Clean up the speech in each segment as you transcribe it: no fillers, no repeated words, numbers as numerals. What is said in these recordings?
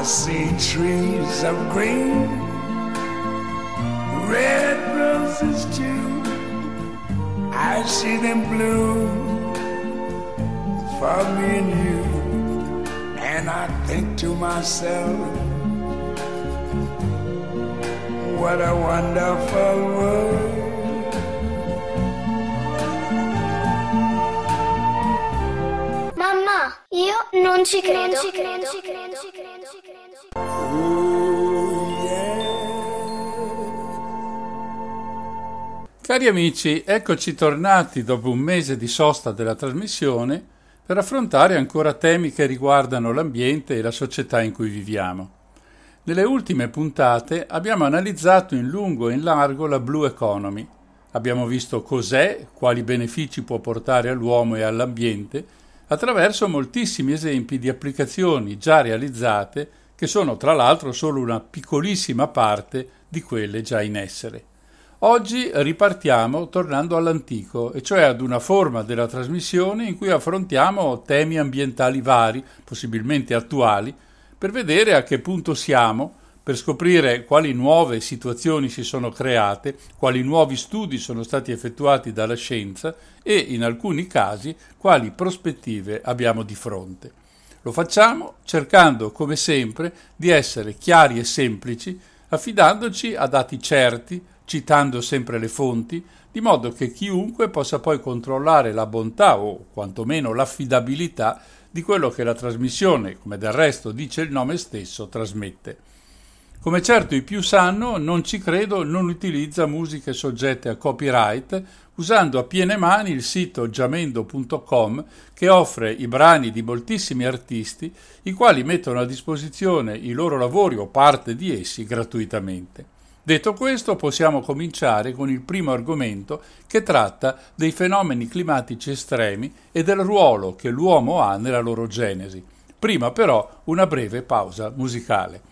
see trees of green, red roses too. I see them bloom for me and you. And I think to myself, what a wonderful world. Mamma, io non ci credo. Cari amici, eccoci tornati dopo un mese di sosta della trasmissione per affrontare ancora temi che riguardano l'ambiente e la società in cui viviamo. Nelle ultime puntate abbiamo analizzato in lungo e in largo la Blue Economy. Abbiamo visto cos'è, quali benefici può portare all'uomo e all'ambiente, attraverso moltissimi esempi di applicazioni già realizzate, che sono tra l'altro solo una piccolissima parte di quelle già in essere. Oggi ripartiamo tornando all'antico, e cioè ad una forma della trasmissione in cui affrontiamo temi ambientali vari, possibilmente attuali, per vedere a che punto siamo, per scoprire quali nuove situazioni si sono create, quali nuovi studi sono stati effettuati dalla scienza e, in alcuni casi, quali prospettive abbiamo di fronte. Lo facciamo cercando, come sempre, di essere chiari e semplici, affidandoci a dati certi, citando sempre le fonti, di modo che chiunque possa poi controllare la bontà o quantomeno l'affidabilità di quello che la trasmissione, come del resto dice il nome stesso, trasmette. Come certo i più sanno, Non ci credo non utilizza musiche soggette a copyright, usando a piene mani il sito jamendo.com, che offre i brani di moltissimi artisti, i quali mettono a disposizione i loro lavori o parte di essi gratuitamente. Detto questo, possiamo cominciare con il primo argomento, che tratta dei fenomeni climatici estremi e del ruolo che l'uomo ha nella loro genesi. Prima però una breve pausa musicale.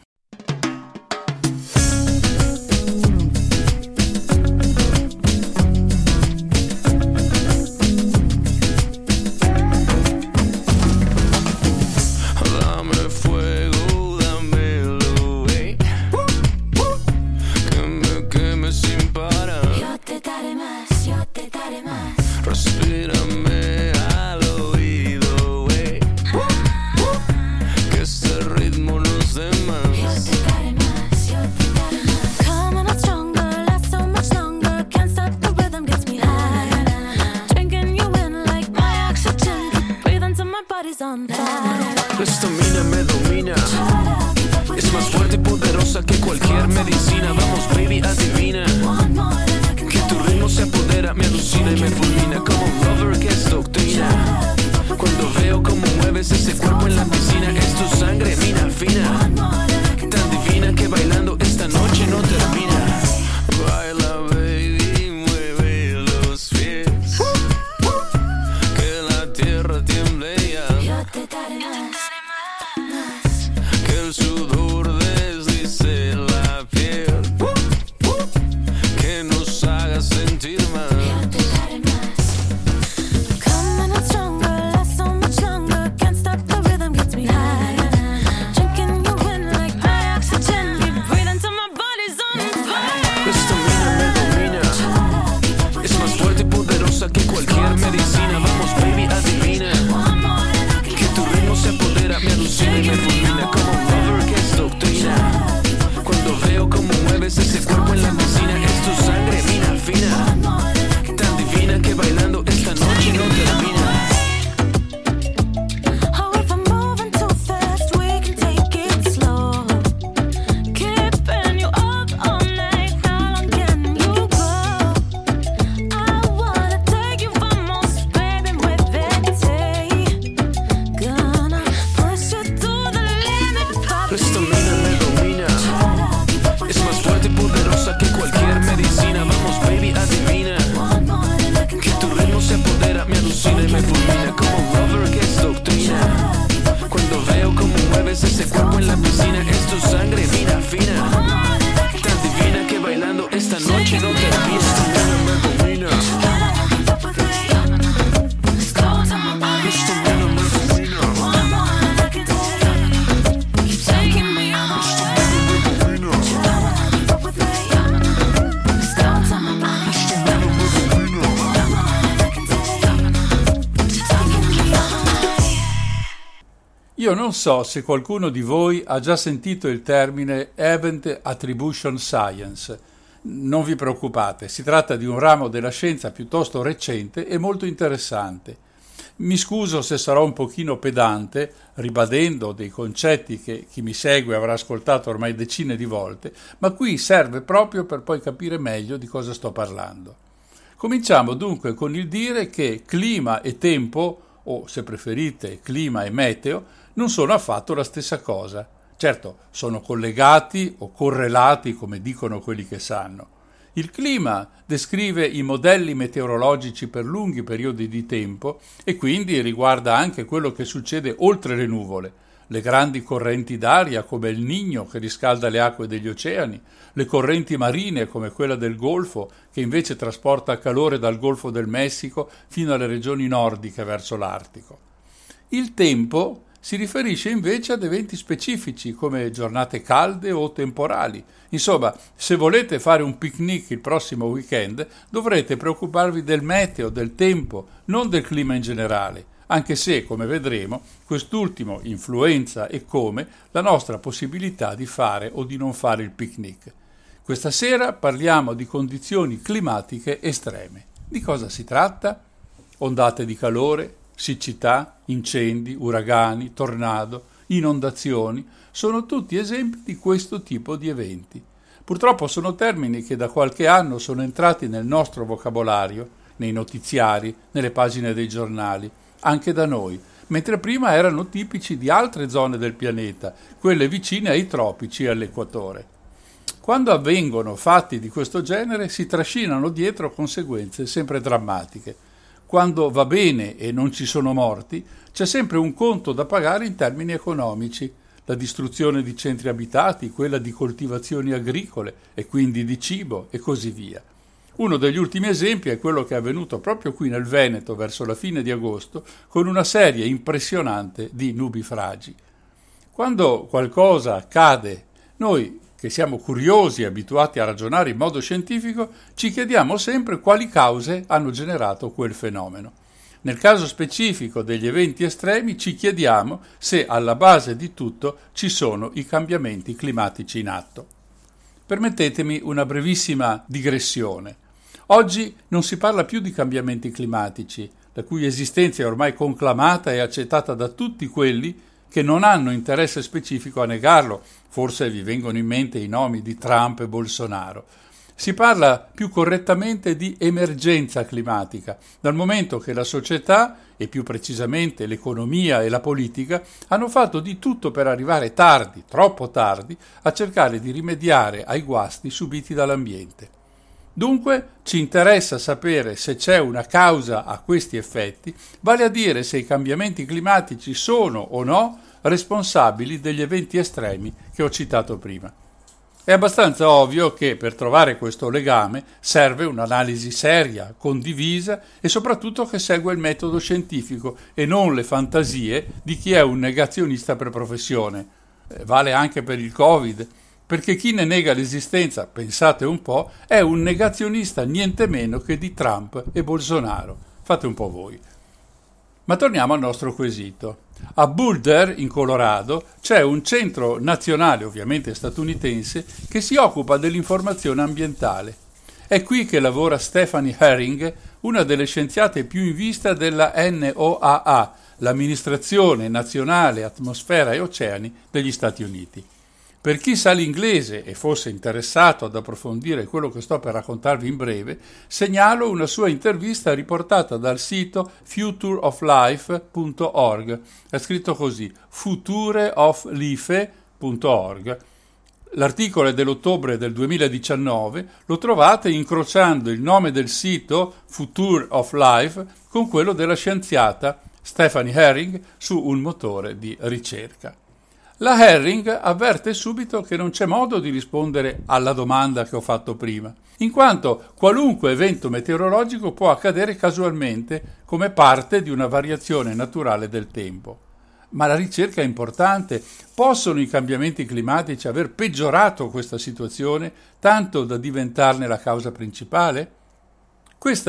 Questa mina me domina, es más fuerte y poderosa que cualquier medicina. Vamos baby, adivina, que tu ritmo se apodera, me alucina y me fulmina como un lover que es doctrina. Cuando veo cómo mueves ese cuerpo en la piscina, es tu sangre, mina fina, tan divina que bailando esta noche no termina. Baila baby, mueve los pies, que la tierra tiemble ya. Yo te daré más, que el sudor deslice la piel, que nos haga sentir más. Yo te daré más. Io non so se qualcuno di voi ha già sentito il termine Event Attribution Science. Non vi preoccupate, si tratta di un ramo della scienza piuttosto recente e molto interessante. Mi scuso se sarò un pochino pedante, ribadendo dei concetti che chi mi segue avrà ascoltato ormai decine di volte, ma qui serve proprio per poi capire meglio di cosa sto parlando. Cominciamo dunque con il dire che clima e tempo, o se preferite clima e meteo, non sono affatto la stessa cosa. Certo, sono collegati o correlati, come dicono quelli che sanno. Il clima descrive i modelli meteorologici per lunghi periodi di tempo e quindi riguarda anche quello che succede oltre le nuvole, le grandi correnti d'aria come il Niño che riscalda le acque degli oceani, le correnti marine come quella del Golfo che invece trasporta calore dal Golfo del Messico fino alle regioni nordiche verso l'Artico. Il tempo si riferisce invece ad eventi specifici come giornate calde o temporali. Insomma, se volete fare un picnic il prossimo weekend dovrete preoccuparvi del meteo, del tempo, non del clima in generale, anche se, come vedremo, quest'ultimo influenza e come la nostra possibilità di fare o di non fare il picnic. Questa sera parliamo di condizioni climatiche estreme. Di cosa si tratta? Ondate di calore, siccità, incendi, uragani, tornado, inondazioni, sono tutti esempi di questo tipo di eventi. Purtroppo sono termini che da qualche anno sono entrati nel nostro vocabolario, nei notiziari, nelle pagine dei giornali, anche da noi, mentre prima erano tipici di altre zone del pianeta, quelle vicine ai tropici e all'equatore. Quando avvengono fatti di questo genere si trascinano dietro conseguenze sempre drammatiche. Quando va bene e non ci sono morti, c'è sempre un conto da pagare in termini economici, la distruzione di centri abitati, quella di coltivazioni agricole e quindi di cibo e così via. Uno degli ultimi esempi è quello che è avvenuto proprio qui nel Veneto verso la fine di agosto con una serie impressionante di nubifragi. Quando qualcosa accade, noi che siamo curiosi e abituati a ragionare in modo scientifico, ci chiediamo sempre quali cause hanno generato quel fenomeno. Nel caso specifico degli eventi estremi ci chiediamo se alla base di tutto ci sono i cambiamenti climatici in atto. Permettetemi una brevissima digressione. Oggi non si parla più di cambiamenti climatici, la cui esistenza è ormai conclamata e accettata da tutti quelli che non hanno interesse specifico a negarlo, forse vi vengono in mente i nomi di Trump e Bolsonaro. Si parla più correttamente di emergenza climatica, dal momento che la società, e più precisamente l'economia e la politica, hanno fatto di tutto per arrivare tardi, troppo tardi, a cercare di rimediare ai guasti subiti dall'ambiente. Dunque ci interessa sapere se c'è una causa a questi effetti, vale a dire se i cambiamenti climatici sono o no responsabili degli eventi estremi che ho citato prima. È abbastanza ovvio che per trovare questo legame serve un'analisi seria, condivisa e soprattutto che segua il metodo scientifico e non le fantasie di chi è un negazionista per professione. Vale anche per il Covid, perché chi ne nega l'esistenza, pensate un po', è un negazionista niente meno che di Trump e Bolsonaro. Fate un po' voi. Ma torniamo al nostro quesito. A Boulder, in Colorado, c'è un centro nazionale, ovviamente statunitense, che si occupa dell'informazione ambientale. È qui che lavora Stephanie Herring, una delle scienziate più in vista della NOAA, l'Amministrazione Nazionale Atmosfera e Oceani degli Stati Uniti. Per chi sa l'inglese e fosse interessato ad approfondire quello che sto per raccontarvi in breve, segnalo una sua intervista riportata dal sito futureoflife.org. È scritto così, futureoflife.org. L'articolo è dell'ottobre del 2019, lo trovate incrociando il nome del sito Future of Life con quello della scienziata Stephanie Herring su un motore di ricerca. La Herring avverte subito che non c'è modo di rispondere alla domanda che ho fatto prima, in quanto qualunque evento meteorologico può accadere casualmente come parte di una variazione naturale del tempo. Ma la ricerca è importante. Possono i cambiamenti climatici aver peggiorato questa situazione tanto da diventarne la causa principale? Questa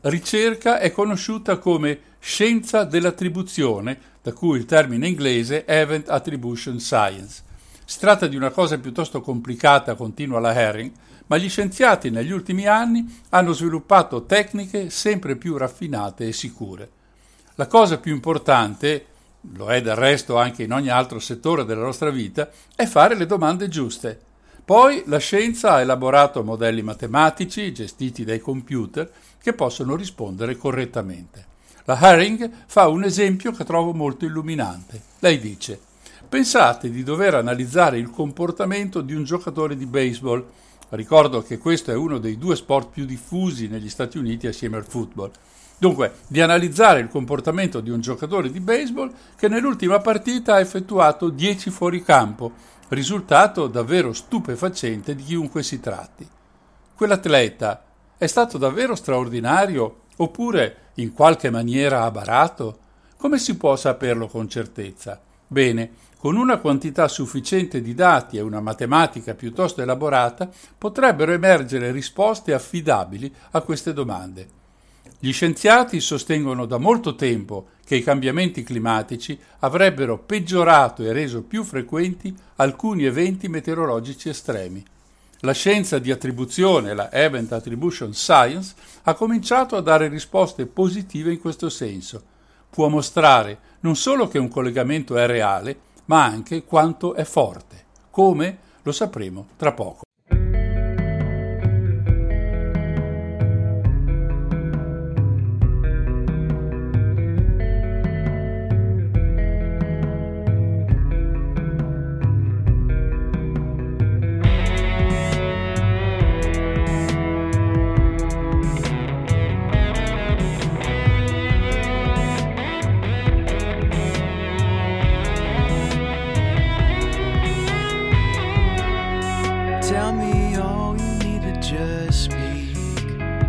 ricerca è conosciuta come scienza dell'attribuzione, da cui il termine inglese Event Attribution Science. Si tratta di una cosa piuttosto complicata, continua la Herring, ma gli scienziati negli ultimi anni hanno sviluppato tecniche sempre più raffinate e sicure. La cosa più importante, lo è del resto anche in ogni altro settore della nostra vita, è fare le domande giuste. Poi la scienza ha elaborato modelli matematici gestiti dai computer che possono rispondere correttamente. La Herring fa un esempio che trovo molto illuminante. Lei dice: pensate di dover analizzare il comportamento di un giocatore di baseball. Ricordo che questo è uno dei 2 sport più diffusi negli Stati Uniti assieme al football. Dunque, di analizzare il comportamento di un giocatore di baseball che nell'ultima partita ha effettuato 10 fuoricampo, risultato davvero stupefacente di chiunque si tratti. Quell'atleta è stato davvero straordinario oppure in qualche maniera ha barato? Come si può saperlo con certezza? Bene, con una quantità sufficiente di dati e una matematica piuttosto elaborata potrebbero emergere risposte affidabili a queste domande. Gli scienziati sostengono da molto tempo che i cambiamenti climatici avrebbero peggiorato e reso più frequenti alcuni eventi meteorologici estremi. La scienza di attribuzione, la Event Attribution Science, ha cominciato a dare risposte positive in questo senso. Può mostrare non solo che un collegamento è reale, ma anche quanto è forte. Come? Lo sapremo tra poco. Tell me all you need to just speak.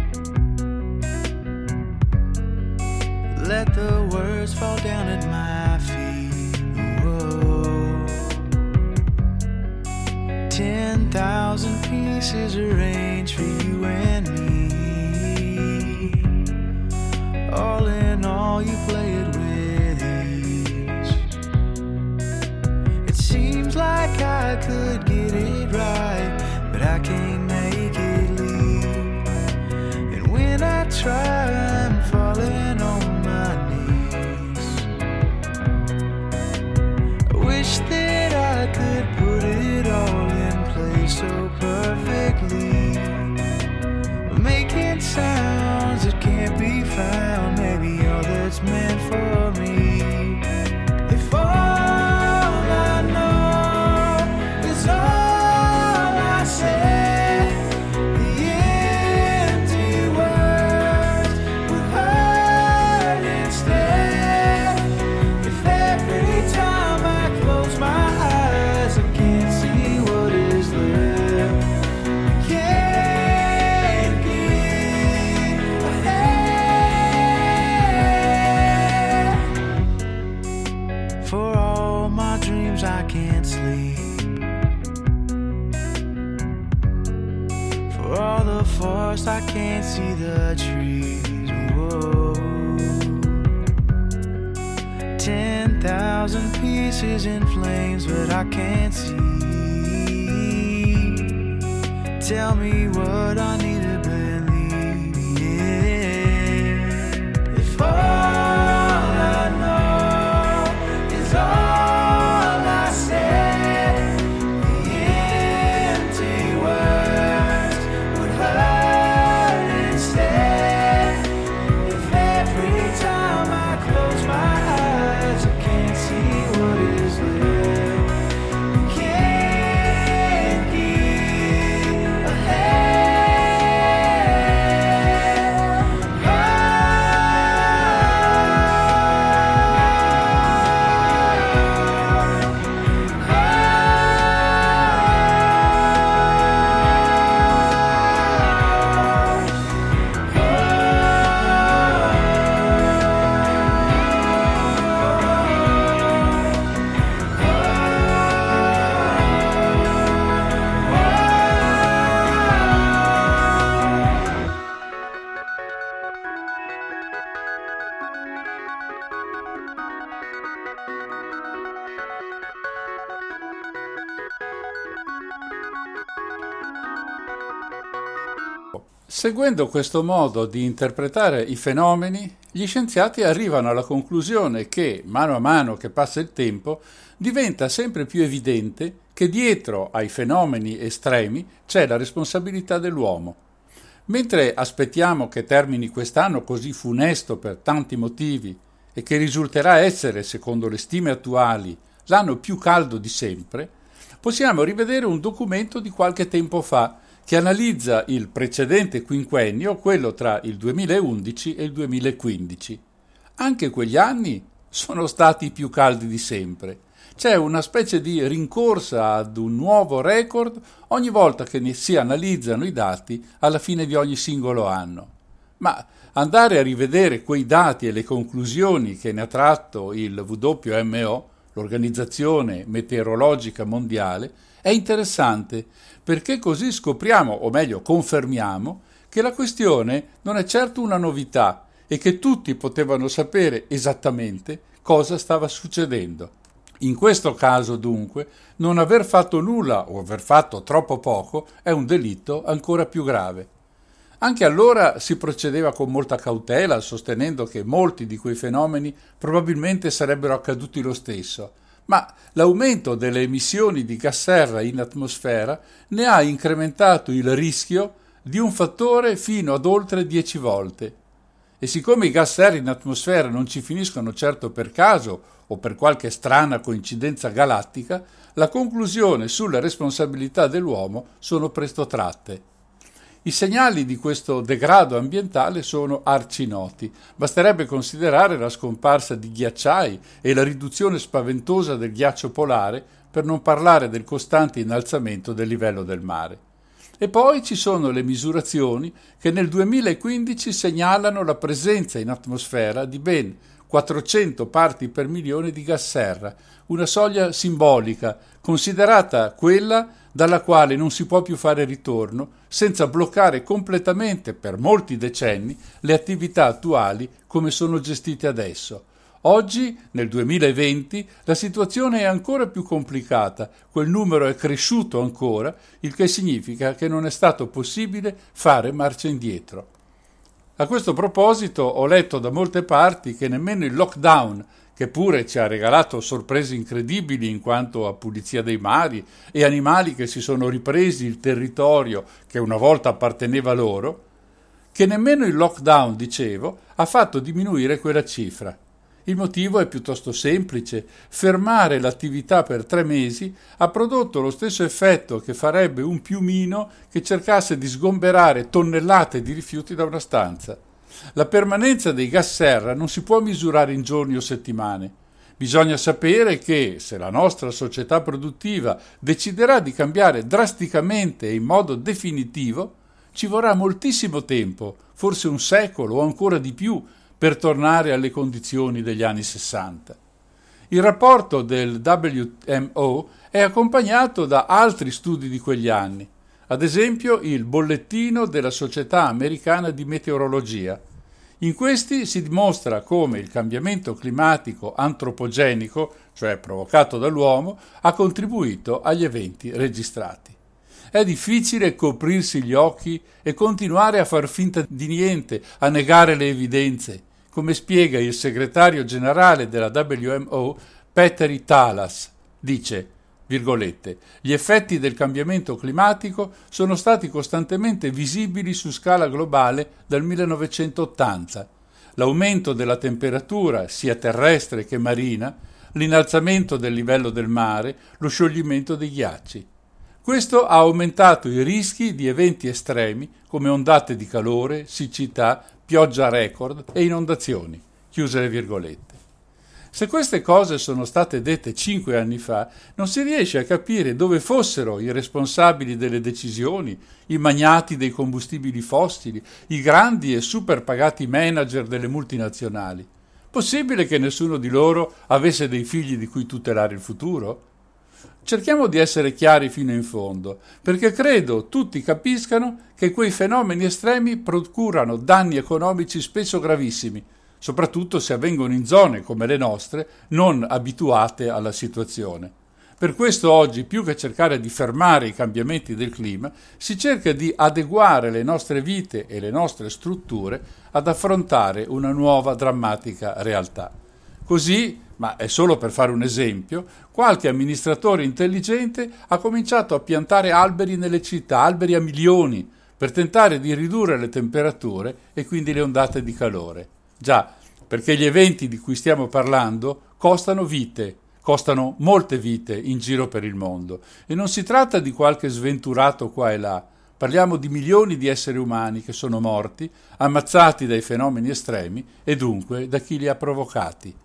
Let the words fall down at my feet. Whoa. 10,000 pieces arranged for you and me. All in all, you play it with ease. It seems like I could get it right, but I can't make it leave. And when I try, I'm falling on my knees. I wish that I could put it all in place so perfectly, but making sounds that can't be found, maybe all that's meant for me. If all I know is all I said, the empty words would hurt instead. If every time I close my eyes I can't see what is there, I can't get ahead. For all my dreams I can't sleep. For all the forest I can't see the trees. Whoa. 10,000 pieces in flames, but I can't see. Tell me what I need to believe. Yeah. If all I know is all I said, the empty words would hurt instead. If every time I close my eyes I can't see what is there, I can't get ahead. Seguendo questo modo di interpretare i fenomeni, gli scienziati arrivano alla conclusione che, mano a mano che passa il tempo, diventa sempre più evidente che dietro ai fenomeni estremi c'è la responsabilità dell'uomo. Mentre aspettiamo che termini quest'anno così funesto per tanti motivi e che risulterà essere, secondo le stime attuali, l'anno più caldo di sempre, possiamo rivedere un documento di qualche tempo fa che analizza il precedente quinquennio, quello tra il 2011 e il 2015. Anche quegli anni sono stati i più caldi di sempre. C'è una specie di rincorsa ad un nuovo record ogni volta che si analizzano i dati alla fine di ogni singolo anno. Ma andare a rivedere quei dati e le conclusioni che ne ha tratto il WMO, l'Organizzazione Meteorologica Mondiale, è interessante perché così scopriamo, o meglio confermiamo, che la questione non è certo una novità e che tutti potevano sapere esattamente cosa stava succedendo. In questo caso, dunque, non aver fatto nulla o aver fatto troppo poco è un delitto ancora più grave. Anche allora si procedeva con molta cautela, sostenendo che molti di quei fenomeni probabilmente sarebbero accaduti lo stesso, ma l'aumento delle emissioni di gas serra in atmosfera ne ha incrementato il rischio di un fattore fino ad oltre 10 volte. E siccome i gas serra in atmosfera non ci finiscono certo per caso o per qualche strana coincidenza galattica, la conclusione sulla responsabilità dell'uomo sono presto tratte. I segnali di questo degrado ambientale sono arcinoti. Basterebbe considerare la scomparsa di ghiacciai e la riduzione spaventosa del ghiaccio polare, per non parlare del costante innalzamento del livello del mare. E poi ci sono le misurazioni che nel 2015 segnalano la presenza in atmosfera di ben 400 parti per milione di gas serra, una soglia simbolica, considerata quella dalla quale non si può più fare ritorno, senza bloccare completamente per molti decenni le attività attuali come sono gestite adesso. Oggi, nel 2020, la situazione è ancora più complicata, quel numero è cresciuto ancora, il che significa che non è stato possibile fare marcia indietro. A questo proposito ho letto da molte parti che nemmeno il lockdown, che pure ci ha regalato sorprese incredibili in quanto a pulizia dei mari e animali che si sono ripresi il territorio che una volta apparteneva loro, che nemmeno il lockdown, dicevo, ha fatto diminuire quella cifra. Il motivo è piuttosto semplice: fermare l'attività per 3 mesi ha prodotto lo stesso effetto che farebbe un piumino che cercasse di sgomberare tonnellate di rifiuti da una stanza. La permanenza dei gas serra non si può misurare in giorni o settimane. Bisogna sapere che, se la nostra società produttiva deciderà di cambiare drasticamente e in modo definitivo, ci vorrà moltissimo tempo, forse un secolo o ancora di più, per tornare alle condizioni degli anni 60. Il rapporto del WMO è accompagnato da altri studi di quegli anni, ad esempio il bollettino della Società Americana di Meteorologia. In questi si dimostra come il cambiamento climatico antropogenico, cioè provocato dall'uomo, ha contribuito agli eventi registrati. È difficile coprirsi gli occhi e continuare a far finta di niente, a negare le evidenze, come spiega il segretario generale della WMO, Petteri Talas. Dice, virgolette, gli effetti del cambiamento climatico sono stati costantemente visibili su scala globale dal 1980. L'aumento della temperatura, sia terrestre che marina, l'innalzamento del livello del mare, lo scioglimento dei ghiacci. Questo ha aumentato i rischi di eventi estremi come ondate di calore, siccità, pioggia record e inondazioni. Chiuse le virgolette. Se queste cose sono state dette 5 anni fa, non si riesce a capire dove fossero i responsabili delle decisioni, i magnati dei combustibili fossili, i grandi e super pagati manager delle multinazionali. Possibile che nessuno di loro avesse dei figli di cui tutelare il futuro? Cerchiamo di essere chiari fino in fondo, perché credo tutti capiscano che quei fenomeni estremi procurano danni economici spesso gravissimi, soprattutto se avvengono in zone come le nostre non abituate alla situazione. Per questo oggi, più che cercare di fermare i cambiamenti del clima, si cerca di adeguare le nostre vite e le nostre strutture ad affrontare una nuova drammatica realtà. Così, ma è solo per fare un esempio, qualche amministratore intelligente ha cominciato a piantare alberi nelle città, alberi a milioni, per tentare di ridurre le temperature e quindi le ondate di calore. Già, perché gli eventi di cui stiamo parlando costano vite, costano molte vite in giro per il mondo, e non si tratta di qualche sventurato qua e là. Parliamo di milioni di esseri umani che sono morti, ammazzati dai fenomeni estremi e dunque da chi li ha provocati.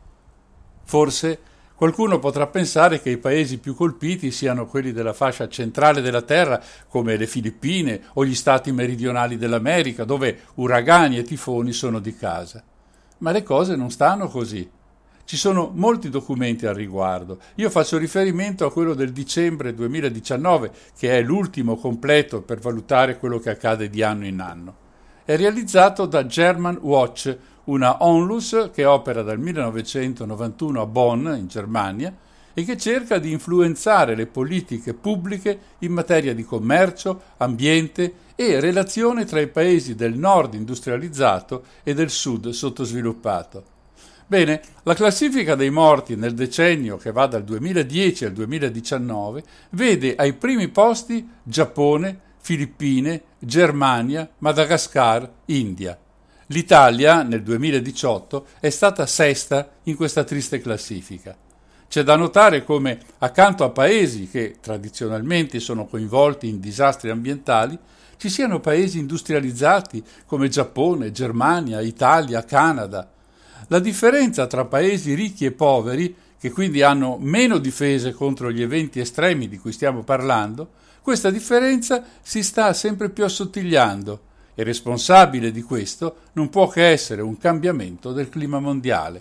Forse qualcuno potrà pensare che i paesi più colpiti siano quelli della fascia centrale della Terra, come le Filippine o gli stati meridionali dell'America, dove uragani e tifoni sono di casa. Ma le cose non stanno così. Ci sono molti documenti al riguardo. Io faccio riferimento a quello del dicembre 2019, che è l'ultimo completo per valutare quello che accade di anno in anno. È realizzato da German Watch, una onlus che opera dal 1991 a Bonn, in Germania, e che cerca di influenzare le politiche pubbliche in materia di commercio, ambiente e relazione tra i paesi del nord industrializzato e del sud sottosviluppato. Bene, la classifica dei morti nel decennio che va dal 2010 al 2019 vede ai primi posti Giappone, Filippine, Germania, Madagascar, India. L'Italia nel 2018 è stata sesta in questa triste classifica. C'è da notare come, accanto a paesi che tradizionalmente sono coinvolti in disastri ambientali, ci siano paesi industrializzati come Giappone, Germania, Italia, Canada. La differenza tra paesi ricchi e poveri, che quindi hanno meno difese contro gli eventi estremi di cui stiamo parlando, questa differenza si sta sempre più assottigliando e responsabile di questo non può che essere un cambiamento del clima mondiale.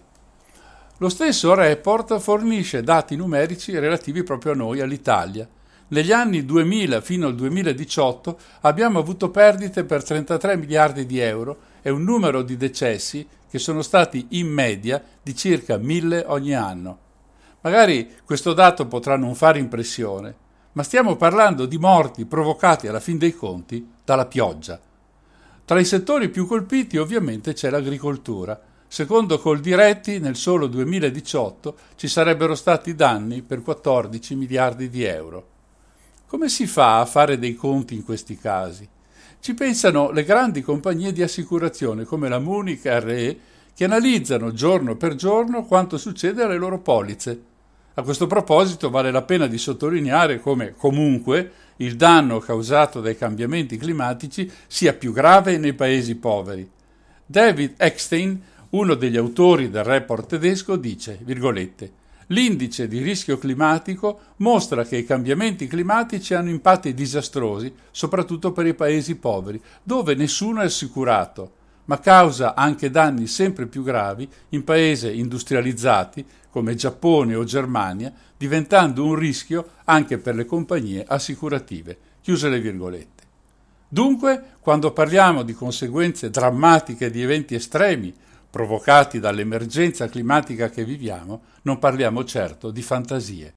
Lo stesso report fornisce dati numerici relativi proprio a noi, all'Italia. Negli anni 2000 fino al 2018 abbiamo avuto perdite per 33 miliardi di euro e un numero di decessi che sono stati in media di circa 1000 ogni anno. Magari questo dato potrà non fare impressione, ma stiamo parlando di morti provocati alla fin dei conti dalla pioggia. Tra i settori più colpiti ovviamente c'è l'agricoltura. Secondo Coldiretti, nel solo 2018 ci sarebbero stati danni per 14 miliardi di euro. Come si fa a fare dei conti in questi casi? Ci pensano le grandi compagnie di assicurazione come la Munich Re, che analizzano giorno per giorno quanto succede alle loro polizze. A questo proposito vale la pena di sottolineare come, comunque, il danno causato dai cambiamenti climatici sia più grave nei paesi poveri. David Eckstein, uno degli autori del report tedesco, dice, virgolette, «L'indice di rischio climatico mostra che i cambiamenti climatici hanno impatti disastrosi, soprattutto per i paesi poveri, dove nessuno è assicurato, ma causa anche danni sempre più gravi in paesi industrializzati come Giappone o Germania, diventando un rischio anche per le compagnie assicurative». Chiuse le virgolette. Dunque, quando parliamo di conseguenze drammatiche di eventi estremi provocati dall'emergenza climatica che viviamo, non parliamo certo di fantasie.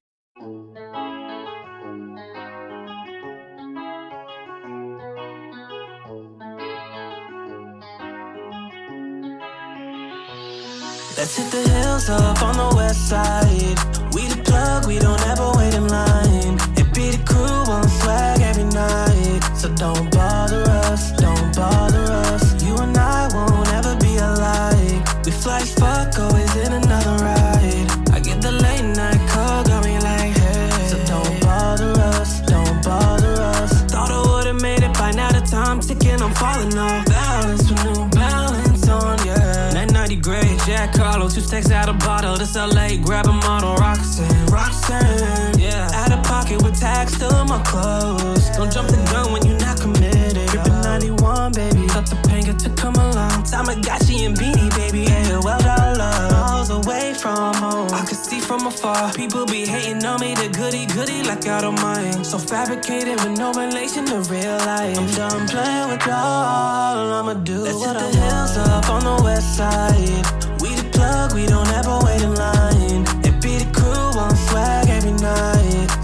Let's hit the hills up on the west side. We the plug, we don't ever wait in line. And be the crew on swag every night. So don't bother us, don't bother us. You and I won't ever be alike. We fly as fuck, always in another ride. I get the late night call, got me like, hey. So don't bother us, don't bother us. Thought I would've made it by now, the time ticking, I'm falling off balance with New Balance on, yeah. 990 gray, Jack Carlos, 2 stacks out a bottle. This LA, grab a model, Roxanne, yeah. Out of pocket with tags still in my clothes. Don't jump the gun when you're not committed. Gripping 91, baby, got the pain, get to come along. Tamagotchi and Beanie, baby, AOL dollar. Miles away from home, I can see from afar. People be hating on me, the goody, like I don't mind. So fabricated with no relation to real life. I'm done playing with y'all, I'ma do Let's what I want. Let's hit the hills up on the west side. We the plug, we don't ever wait in line. And be the crew on swag every night.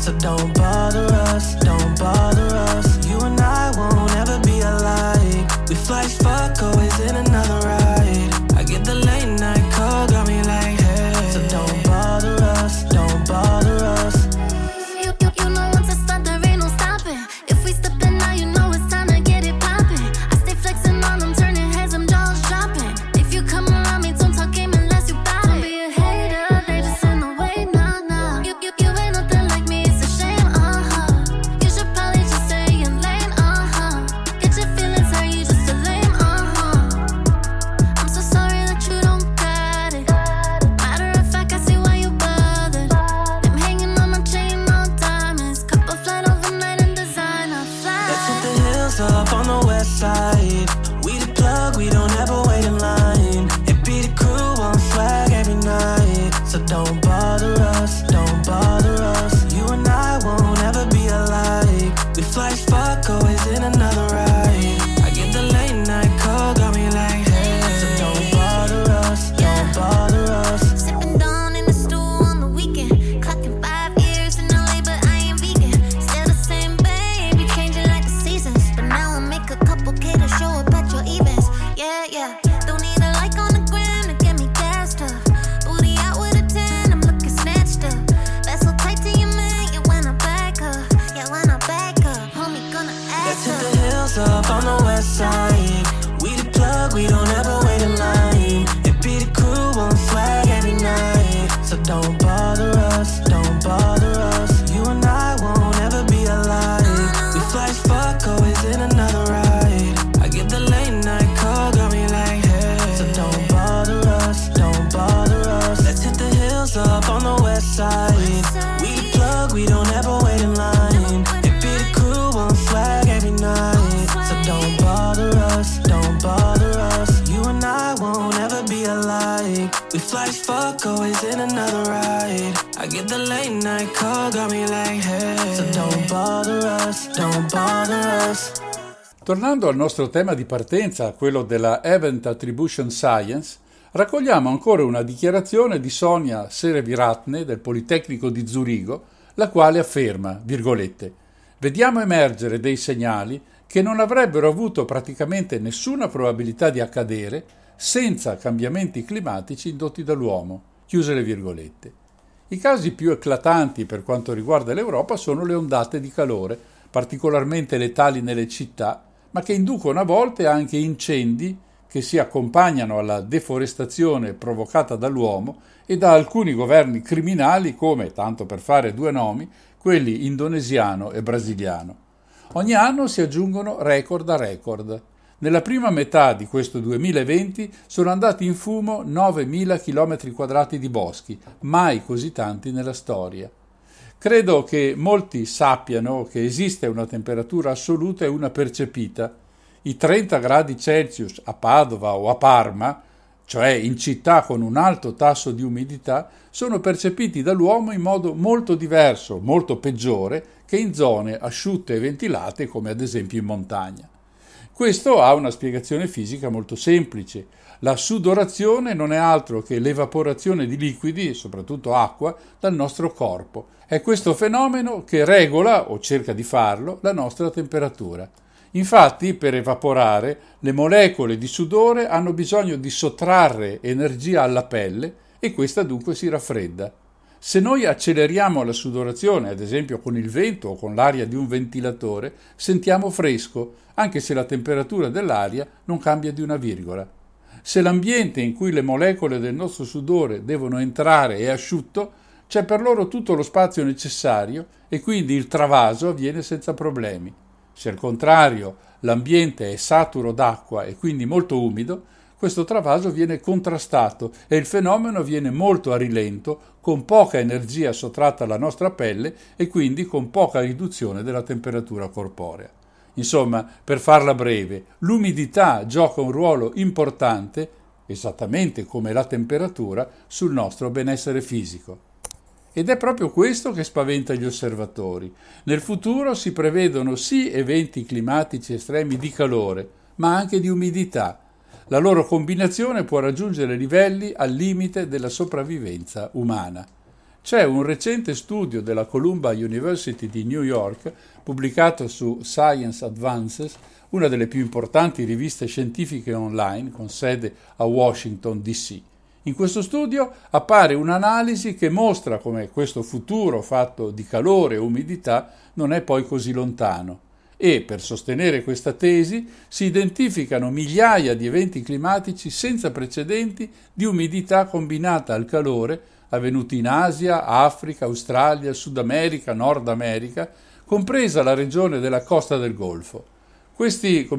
So don't bother us, don't bother us. You and I won't ever be alike. We flash fuck, always in another ride. I get the late night call, got me like, hey. So don't bother us, don't bother us. Sipping down in the stool on the weekend. Clocking 5 years in LA, but I ain't vegan. Still the same babe, you changing like the seasons. But now I make a couple K to show up at your events. Yeah, yeah. Don't need a like on the gram to get me gassed up. Booty out with a 10, I'm looking snatched up. That's so tight to your man, yeah, when I back up. Yeah, when I back up, homie gonna Let's act hit up. the hills up on the west side. We the plug, we don't ever wait in line. It be the crew on flag every night. So don't bother us, don't bother us. You and I won't ever be alike. We flash fuck, always in another ride. I get the late night call, got me like, hey. So don't bother us, don't bother us. Let's hit the hills up on the west side. We the plug, we don't ever wait in line. It be the crew on flag every night. So don't bother us, don't bother us. You and I won't ever be alike. We flash fuck, always in another ride. I get the late night call, got me like, hey. So don't bother us, don't bother us. Tornando al nostro tema di partenza, quello della Event Attribution Science, raccogliamo ancora una dichiarazione di Sonia Sereviratne del Politecnico di Zurigo, la quale afferma, virgolette, «Vediamo emergere dei segnali che non avrebbero avuto praticamente nessuna probabilità di accadere senza cambiamenti climatici indotti dall'uomo». Chiuse le virgolette. I casi più eclatanti per quanto riguarda l'Europa sono le ondate di calore, particolarmente letali nelle città, ma che inducono a volte anche incendi che si accompagnano alla deforestazione provocata dall'uomo e da alcuni governi criminali come, tanto per fare due nomi, quelli indonesiano e brasiliano. Ogni anno si aggiungono record a record. Nella prima metà di questo 2020 sono andati in fumo 9.000 km² di boschi, mai così tanti nella storia. Credo che molti sappiano che esiste una temperatura assoluta e una percepita. I 30 gradi Celsius a Padova o a Parma, cioè in città con un alto tasso di umidità, sono percepiti dall'uomo in modo molto diverso, molto peggiore, che in zone asciutte e ventilate come ad esempio in montagna. Questo ha una spiegazione fisica molto semplice. La sudorazione non è altro che l'evaporazione di liquidi, soprattutto acqua, dal nostro corpo. È questo fenomeno che regola, o cerca di farlo, la nostra temperatura. Infatti, per evaporare, le molecole di sudore hanno bisogno di sottrarre energia alla pelle e questa dunque si raffredda. Se noi acceleriamo la sudorazione, ad esempio con il vento o con l'aria di un ventilatore, sentiamo fresco, anche se la temperatura dell'aria non cambia di una virgola. Se l'ambiente in cui le molecole del nostro sudore devono entrare è asciutto, c'è per loro tutto lo spazio necessario e quindi il travaso avviene senza problemi. Se al contrario l'ambiente è saturo d'acqua e quindi molto umido, questo travaso viene contrastato e il fenomeno avviene molto a rilento, con poca energia sottratta alla nostra pelle e quindi con poca riduzione della temperatura corporea. Insomma, per farla breve, l'umidità gioca un ruolo importante, esattamente come la temperatura, sul nostro benessere fisico. Ed è proprio questo che spaventa gli osservatori. Nel futuro si prevedono sì eventi climatici estremi di calore, ma anche di umidità. La loro combinazione può raggiungere livelli al limite della sopravvivenza umana. C'è un recente studio della Columbia University di New York, pubblicato su Science Advances, una delle più importanti riviste scientifiche online, con sede a Washington, D.C. In questo studio appare un'analisi che mostra come questo futuro fatto di calore e umidità non è poi così lontano. E, per sostenere questa tesi, si identificano migliaia di eventi climatici senza precedenti di umidità combinata al calore avvenuti in Asia, Africa, Australia, Sud America, Nord America, compresa la regione della costa del Golfo. Questi,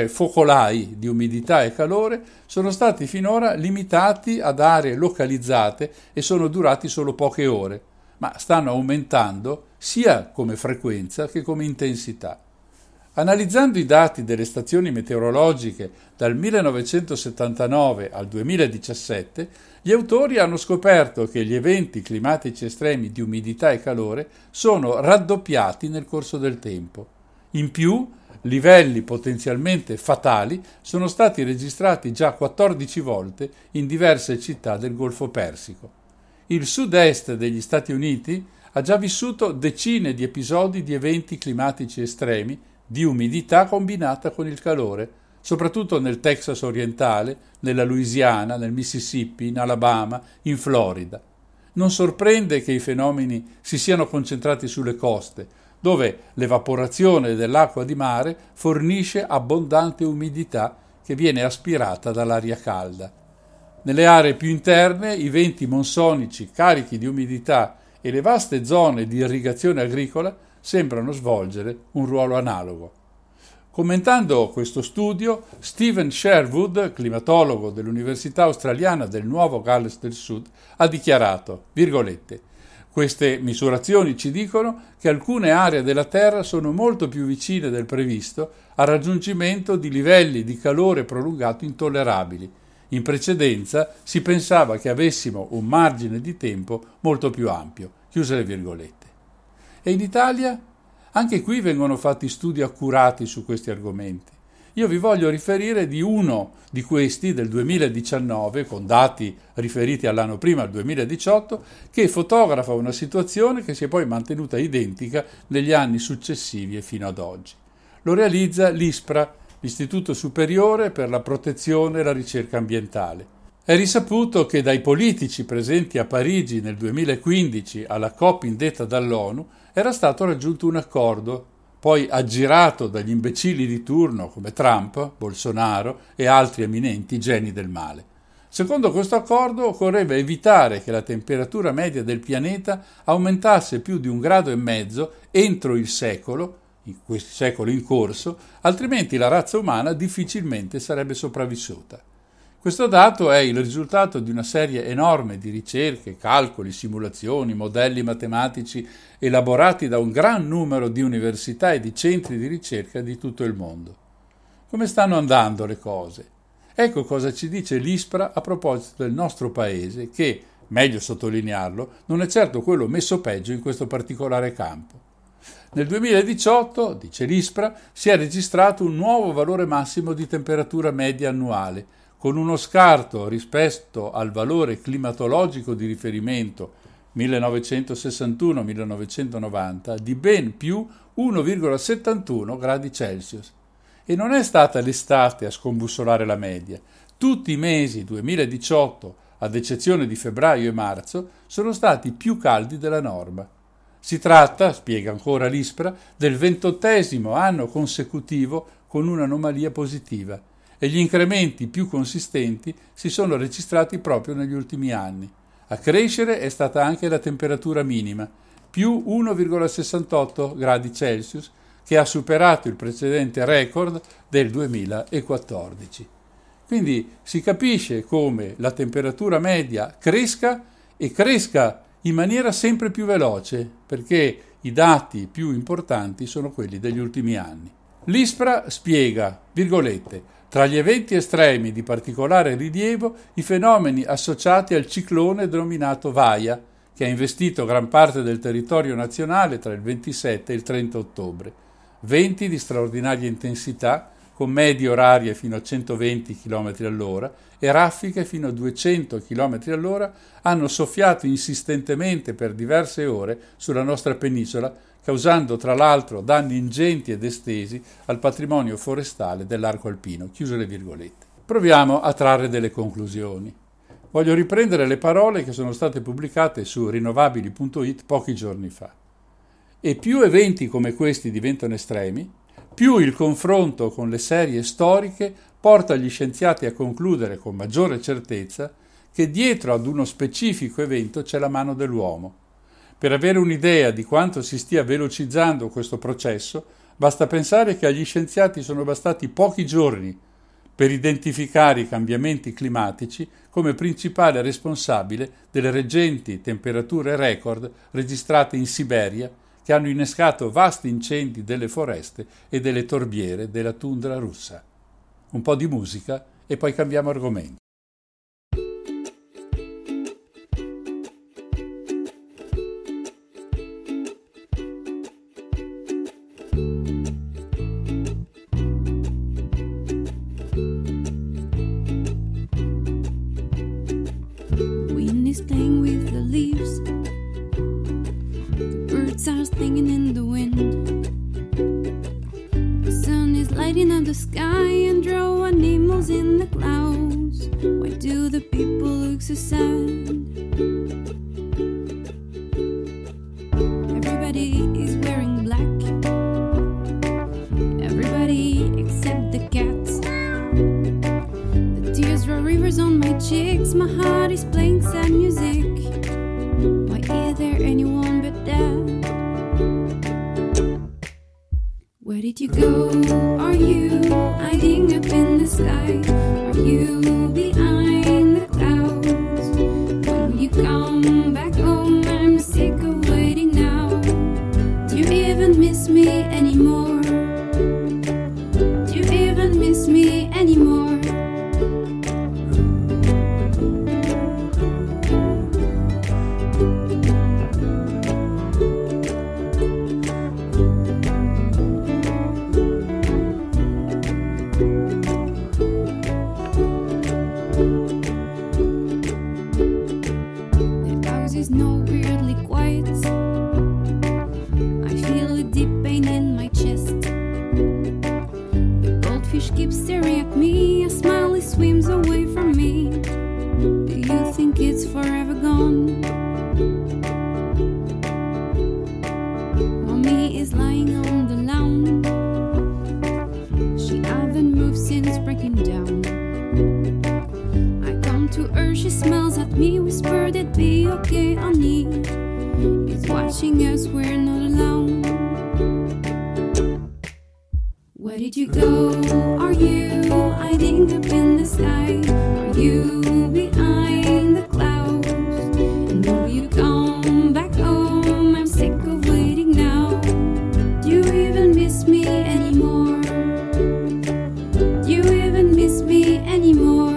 focolai di umidità e calore sono stati finora limitati ad aree localizzate e sono durati solo poche ore, ma stanno aumentando sia come frequenza che come intensità. Analizzando i dati delle stazioni meteorologiche dal 1979 al 2017, gli autori hanno scoperto che gli eventi climatici estremi di umidità e calore sono raddoppiati nel corso del tempo. In più, livelli potenzialmente fatali sono stati registrati già 14 volte in diverse città del Golfo Persico. Il sud-est degli Stati Uniti ha già vissuto decine di episodi di eventi climatici estremi di umidità combinata con il calore, soprattutto nel Texas orientale, nella Louisiana, nel Mississippi, in Alabama, in Florida. Non sorprende che i fenomeni si siano concentrati sulle coste, dove l'evaporazione dell'acqua di mare fornisce abbondante umidità che viene aspirata dall'aria calda. Nelle aree più interne i venti monsonici carichi di umidità e le vaste zone di irrigazione agricola sembrano svolgere un ruolo analogo. Commentando questo studio, Stephen Sherwood, climatologo dell'Università Australiana del Nuovo Galles del Sud, ha dichiarato, virgolette, queste misurazioni ci dicono che alcune aree della Terra sono molto più vicine del previsto al raggiungimento di livelli di calore prolungato intollerabili. In precedenza si pensava che avessimo un margine di tempo molto più ampio. Chiuse le virgolette. E in Italia? Anche qui vengono fatti studi accurati su questi argomenti. Io vi voglio riferire di uno di questi del 2019, con dati riferiti all'anno prima, al 2018, che fotografa una situazione che si è poi mantenuta identica negli anni successivi e fino ad oggi. Lo realizza l'ISPRA, l'Istituto Superiore per la Protezione e la Ricerca Ambientale. È risaputo che dai politici presenti a Parigi nel 2015 alla COP indetta dall'ONU era stato raggiunto un accordo, poi aggirato dagli imbecilli di turno come Trump, Bolsonaro e altri eminenti geni del male. Secondo questo accordo occorreva evitare che la temperatura media del pianeta aumentasse più di 1,5 gradi entro il secolo, in questo secolo in corso, altrimenti la razza umana difficilmente sarebbe sopravvissuta. Questo dato è il risultato di una serie enorme di ricerche, calcoli, simulazioni, modelli matematici elaborati da un gran numero di università e di centri di ricerca di tutto il mondo. Come stanno andando le cose? Ecco cosa ci dice l'ISPRA a proposito del nostro paese che, meglio sottolinearlo, non è certo quello messo peggio in questo particolare campo. Nel 2018, dice l'ISPRA, si è registrato un nuovo valore massimo di temperatura media annuale, con uno scarto rispetto al valore climatologico di riferimento 1961-1990 di ben più 1,71 gradi Celsius. E non è stata l'estate a scombussolare la media. Tutti i mesi 2018, ad eccezione di febbraio e marzo, sono stati più caldi della norma. Si tratta, spiega ancora l'ISPRA, del 28° anno consecutivo con un'anomalia positiva, e gli incrementi più consistenti si sono registrati proprio negli ultimi anni. A crescere è stata anche la temperatura minima, più 1,68 gradi Celsius, che ha superato il precedente record del 2014. Quindi si capisce come la temperatura media cresca e cresca in maniera sempre più veloce, perché i dati più importanti sono quelli degli ultimi anni. L'ISPRA spiega, virgolette, tra gli eventi estremi di particolare rilievo i fenomeni associati al ciclone denominato Vaia, che ha investito gran parte del territorio nazionale tra il 27 e il 30 ottobre. Venti di straordinaria intensità, con medie orarie fino a 120 km all'ora e raffiche fino a 200 km all'ora, hanno soffiato insistentemente per diverse ore sulla nostra penisola, causando tra l'altro danni ingenti ed estesi al patrimonio forestale dell'arco alpino. Chiuse le virgolette. Proviamo a trarre delle conclusioni. Voglio riprendere le parole che sono state pubblicate su rinnovabili.it pochi giorni fa. E più eventi come questi diventano estremi, più il confronto con le serie storiche porta gli scienziati a concludere con maggiore certezza che dietro ad uno specifico evento c'è la mano dell'uomo. Per avere un'idea di quanto si stia velocizzando questo processo, basta pensare che agli scienziati sono bastati pochi giorni per identificare i cambiamenti climatici come principale responsabile delle recenti temperature record registrate in Siberia, che hanno innescato vasti incendi delle foreste e delle torbiere della tundra russa. Un po' di musica e poi cambiamo argomento. Wind is playing with the leaves. The birds are singing in the wind. The sun is lighting up the sky and draw animals in the clouds. Why do the people look so sad? Everybody is wearing black. Everybody except the cats. The tears draw rivers on my cheeks. My heart is playing sad music. Why is there anyone but that? Where did you go? Are you hiding up in the sky? Are you behind the clouds? When will you come back home? I'm sick of waiting now. Do you even miss me anymore? Do you even miss me anymore? The house is now weirdly quiet. I feel a deep pain in my chest. The goldfish keeps staring at me. A smile swims away from me. Do you think it's forever gone? Mommy is lying on the lawn. She hasn't moved since breaking down. I come to her, she smiles at me, whispered it'd be okay, honey. He's watching us, we're not alone. Where did you go? Are you hiding up in the sky? Are you behind the clouds? And will you come back home? I'm sick of waiting now. Do you even miss me anymore? Do you even miss me anymore?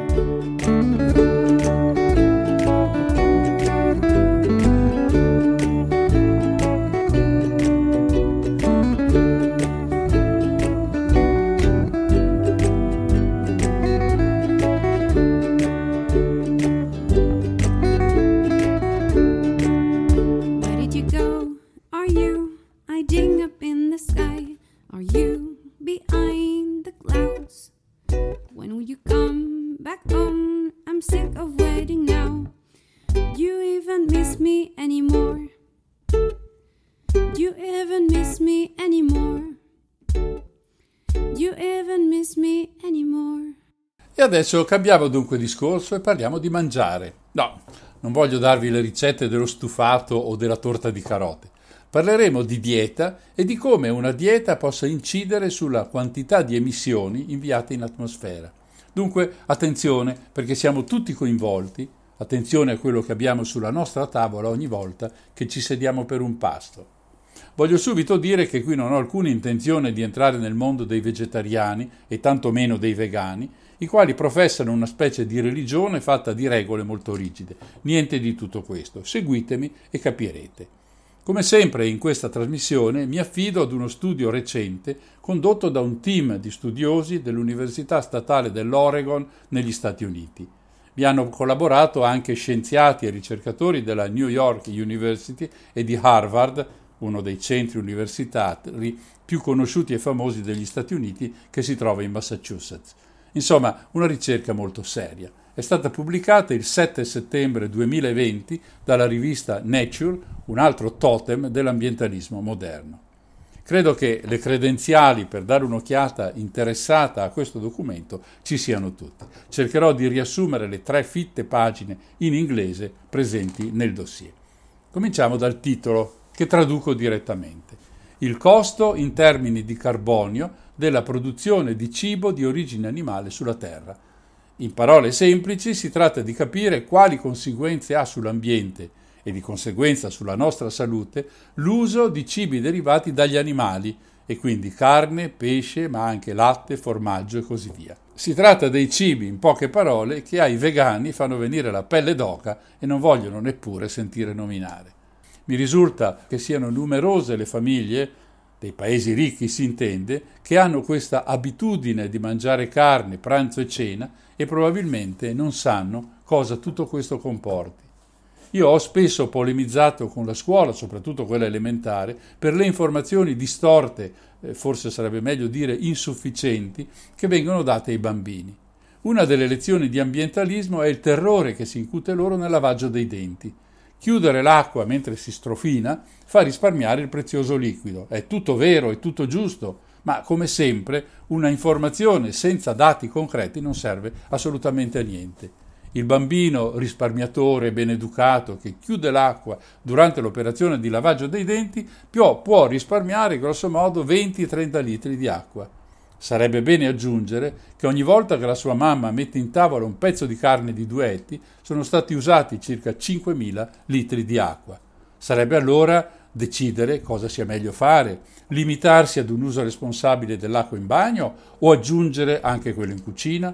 Where did you go? Are you hiding up in the sky? Are you behind the clouds? When will you come back home? I'm sick of waiting now. Do you even miss me anymore? Do you even miss me anymore? Do you even miss me anymore? E adesso cambiamo dunque discorso e parliamo di mangiare. No, non voglio darvi le ricette dello stufato o della torta di carote. Parleremo di dieta e di come una dieta possa incidere sulla quantità di emissioni inviate in atmosfera. Dunque, attenzione, perché siamo tutti coinvolti. Attenzione a quello che abbiamo sulla nostra tavola ogni volta che ci sediamo per un pasto. Voglio subito dire che qui non ho alcuna intenzione di entrare nel mondo dei vegetariani e tantomeno dei vegani, i quali professano una specie di religione fatta di regole molto rigide. Niente di tutto questo. Seguitemi e capirete. Come sempre in questa trasmissione mi affido ad uno studio recente condotto da un team di studiosi dell'Università Statale dell'Oregon negli Stati Uniti. Vi hanno collaborato anche scienziati e ricercatori della New York University e di Harvard, uno dei centri universitari più conosciuti e famosi degli Stati Uniti che si trova in Massachusetts. Insomma, una ricerca molto seria. È stata pubblicata il 7 settembre 2020 dalla rivista Nature, un altro totem dell'ambientalismo moderno. Credo che le credenziali per dare un'occhiata interessata a questo documento ci siano tutte. Cercherò di riassumere le 3 fitte pagine in inglese presenti nel dossier. Cominciamo dal titolo, che traduco direttamente. Il costo in termini di carbonio della produzione di cibo di origine animale sulla Terra. In parole semplici si tratta di capire quali conseguenze ha sull'ambiente e di conseguenza sulla nostra salute, l'uso di cibi derivati dagli animali, e quindi carne, pesce, ma anche latte, formaggio e così via. Si tratta dei cibi, in poche parole, che ai vegani fanno venire la pelle d'oca e non vogliono neppure sentire nominare. Mi risulta che siano numerose le famiglie, dei paesi ricchi si intende, che hanno questa abitudine di mangiare carne, pranzo e cena e probabilmente non sanno cosa tutto questo comporti. Io ho spesso polemizzato con la scuola, soprattutto quella elementare, per le informazioni distorte, forse sarebbe meglio dire insufficienti, che vengono date ai bambini. Una delle lezioni di ambientalismo è il terrore che si incute loro nel lavaggio dei denti. Chiudere l'acqua mentre si strofina fa risparmiare il prezioso liquido. È tutto vero, è tutto giusto, ma come sempre una informazione senza dati concreti non serve assolutamente a niente. Il bambino risparmiatore ben educato che chiude l'acqua durante l'operazione di lavaggio dei denti può risparmiare grosso modo 20-30 litri di acqua. Sarebbe bene aggiungere che ogni volta che la sua mamma mette in tavola un pezzo di carne di 2 etti sono stati usati circa 5.000 litri di acqua. Sarebbe allora decidere cosa sia meglio fare, limitarsi ad un uso responsabile dell'acqua in bagno o aggiungere anche quello in cucina?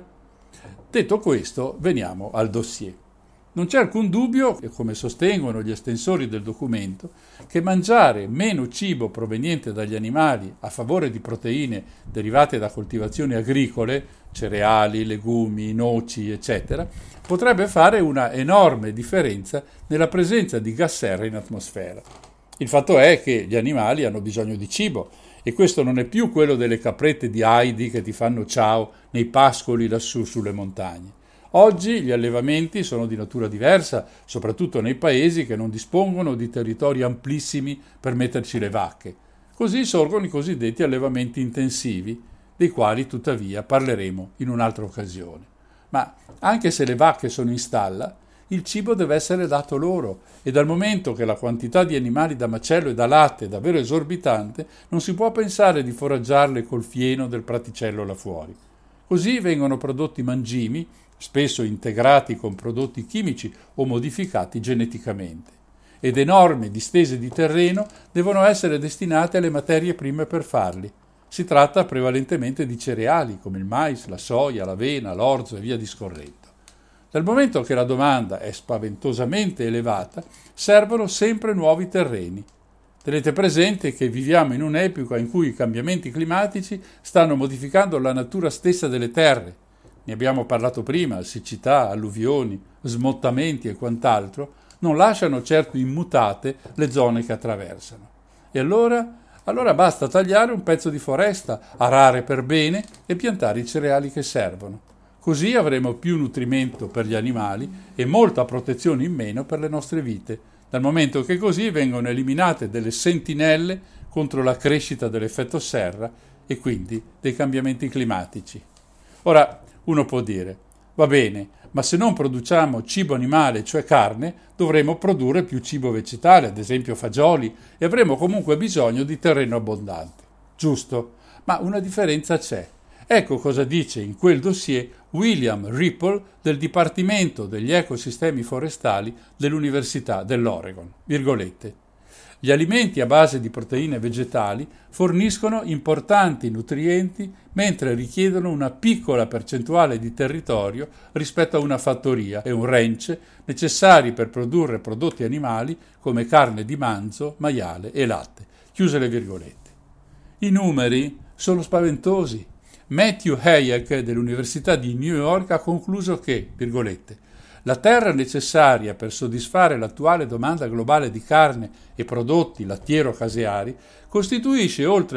Detto questo, veniamo al dossier. Non c'è alcun dubbio, come sostengono gli estensori del documento, che mangiare meno cibo proveniente dagli animali a favore di proteine derivate da coltivazioni agricole, cereali, legumi, noci, eccetera, potrebbe fare una enorme differenza nella presenza di gas serra in atmosfera. Il fatto è che gli animali hanno bisogno di cibo e questo non è più quello delle caprette di Heidi che ti fanno ciao nei pascoli lassù sulle montagne. Oggi gli allevamenti sono di natura diversa, soprattutto nei paesi che non dispongono di territori amplissimi per metterci le vacche. Così sorgono i cosiddetti allevamenti intensivi, dei quali tuttavia parleremo in un'altra occasione. Ma anche se le vacche sono in stalla, il cibo deve essere dato loro e dal momento che la quantità di animali da macello e da latte è davvero esorbitante, non si può pensare di foraggiarle col fieno del praticello là fuori. Così vengono prodotti mangimi, spesso integrati con prodotti chimici o modificati geneticamente, ed enormi distese di terreno devono essere destinate alle materie prime per farli. Si tratta prevalentemente di cereali come il mais, la soia, l'avena, l'orzo e via discorrendo. Dal momento che la domanda è spaventosamente elevata, servono sempre nuovi terreni. Tenete presente che viviamo in un'epoca in cui i cambiamenti climatici stanno modificando la natura stessa delle terre. Ne abbiamo parlato prima, siccità, alluvioni, smottamenti e quant'altro non lasciano certo immutate le zone che attraversano. E allora basta tagliare un pezzo di foresta, arare per bene e piantare i cereali che servono. Così avremo più nutrimento per gli animali e molta protezione in meno per le nostre vite, dal momento che così vengono eliminate delle sentinelle contro la crescita dell'effetto serra e quindi dei cambiamenti climatici. Ora, uno può dire, va bene, ma se non produciamo cibo animale, cioè carne, dovremo produrre più cibo vegetale, ad esempio fagioli, e avremo comunque bisogno di terreno abbondante. Giusto, ma una differenza c'è. Ecco cosa dice in quel dossier William Ripple del Dipartimento degli Ecosistemi Forestali dell'Università dell'Oregon. Virgolette. Gli alimenti a base di proteine vegetali forniscono importanti nutrienti mentre richiedono una piccola percentuale di territorio rispetto a una fattoria e un ranch necessari per produrre prodotti animali come carne di manzo, maiale e latte. Chiuse le virgolette. I numeri sono spaventosi. Matthew Hayek dell'Università di New York ha concluso che, virgolette, la terra necessaria per soddisfare l'attuale domanda globale di carne e prodotti lattiero-caseari costituisce oltre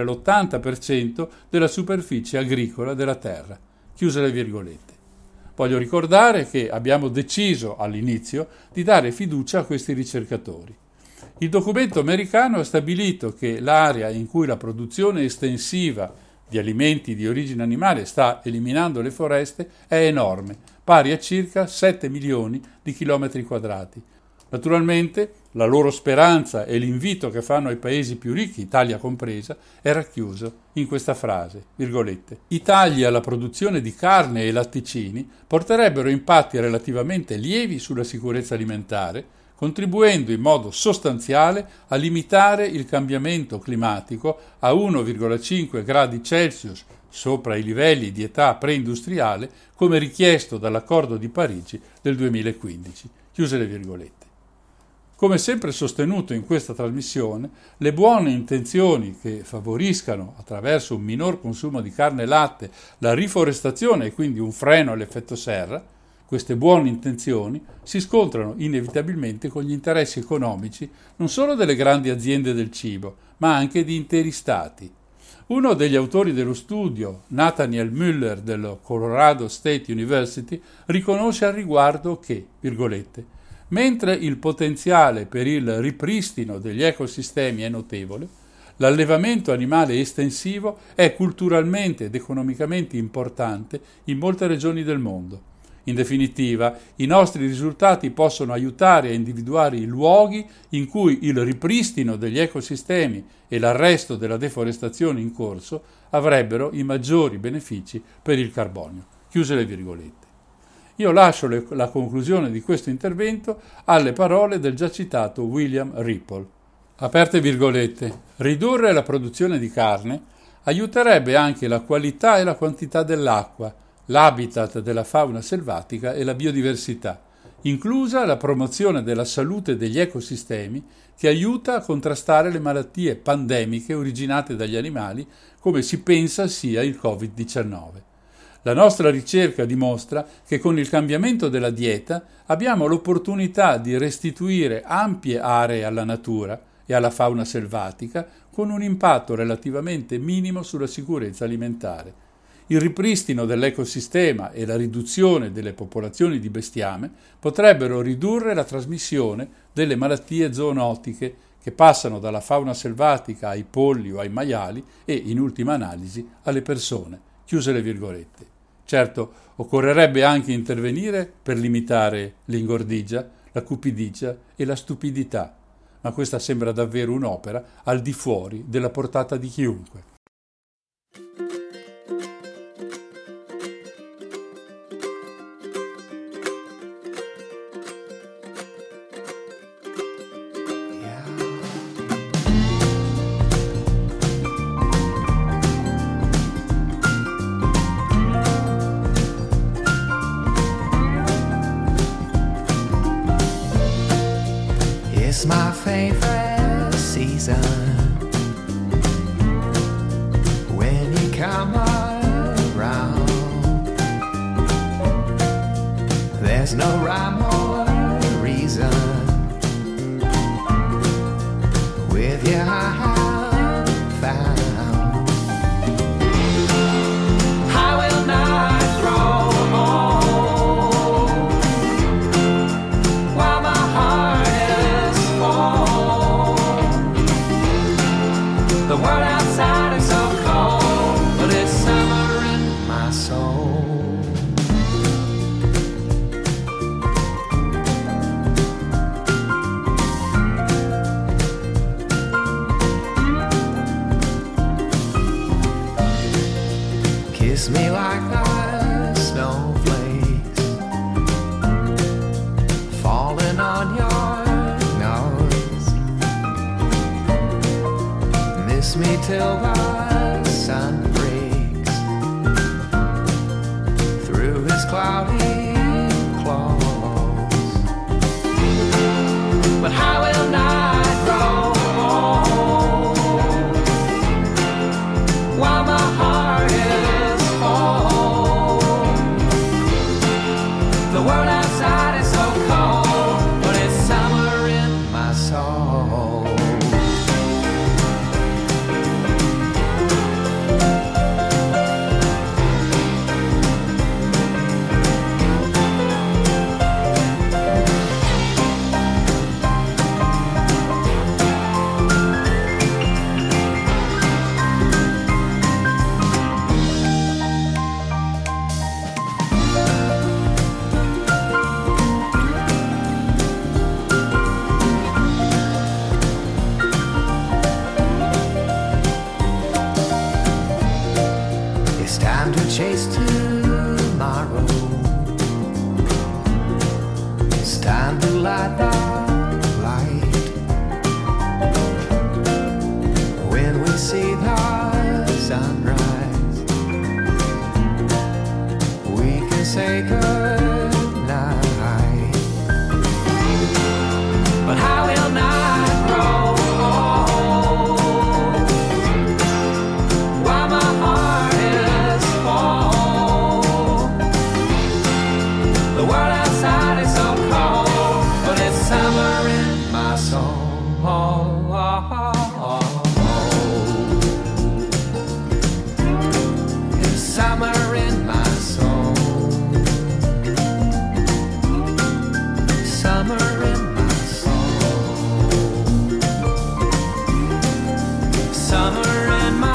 l'80% della superficie agricola della terra. Chiuse le virgolette. Voglio ricordare che abbiamo deciso all'inizio di dare fiducia a questi ricercatori. Il documento americano ha stabilito che l'area in cui la produzione estensiva di alimenti di origine animale sta eliminando le foreste è enorme, pari a circa 7 milioni di chilometri quadrati. Naturalmente la loro speranza e l'invito che fanno ai paesi più ricchi, Italia compresa, è racchiuso in questa frase, virgolette. I tagli alla produzione di carne e latticini porterebbero impatti relativamente lievi sulla sicurezza alimentare, contribuendo in modo sostanziale a limitare il cambiamento climatico a 1,5 gradi Celsius sopra i livelli di età preindustriale come richiesto dall'Accordo di Parigi del 2015. Chiuse le virgolette. Come sempre sostenuto in questa trasmissione, le buone intenzioni che favoriscano, attraverso un minor consumo di carne e latte, la riforestazione e quindi un freno all'effetto serra, queste buone intenzioni si scontrano inevitabilmente con gli interessi economici non solo delle grandi aziende del cibo, ma anche di interi stati. Uno degli autori dello studio, Nathaniel Müller dello Colorado State University, riconosce al riguardo che, virgolette, mentre il potenziale per il ripristino degli ecosistemi è notevole, l'allevamento animale estensivo è culturalmente ed economicamente importante in molte regioni del mondo. In definitiva, i nostri risultati possono aiutare a individuare i luoghi in cui il ripristino degli ecosistemi e l'arresto della deforestazione in corso avrebbero i maggiori benefici per il carbonio. Chiuse le virgolette. Io lascio la conclusione di questo intervento alle parole del già citato William Ripple. Aperte virgolette. Ridurre la produzione di carne aiuterebbe anche la qualità e la quantità dell'acqua, l'habitat della fauna selvatica e la biodiversità, inclusa la promozione della salute degli ecosistemi che aiuta a contrastare le malattie pandemiche originate dagli animali, come si pensa sia il Covid-19. La nostra ricerca dimostra che con il cambiamento della dieta abbiamo l'opportunità di restituire ampie aree alla natura e alla fauna selvatica con un impatto relativamente minimo sulla sicurezza alimentare. Il ripristino dell'ecosistema e la riduzione delle popolazioni di bestiame potrebbero ridurre la trasmissione delle malattie zoonotiche che passano dalla fauna selvatica ai polli o ai maiali e, in ultima analisi, alle persone. Chiuse le virgolette. Certo, occorrerebbe anche intervenire per limitare l'ingordigia, la cupidigia e la stupidità, ma questa sembra davvero un'opera al di fuori della portata di chiunque. It's my favorite season when you come around. There's no rhyme or reason with you I have found. I will not throw home while my heart is full. The world outside is so cold, but it's summer in my soul. Kiss me like the snowflakes falling on your nose. Miss me till the sun breaks through his cloudy clothes. But I will not grow old while my heart is full. The world outside is so cold, but it's summer in my soul. song. There's summer in my song. Summer in my song. Summer in my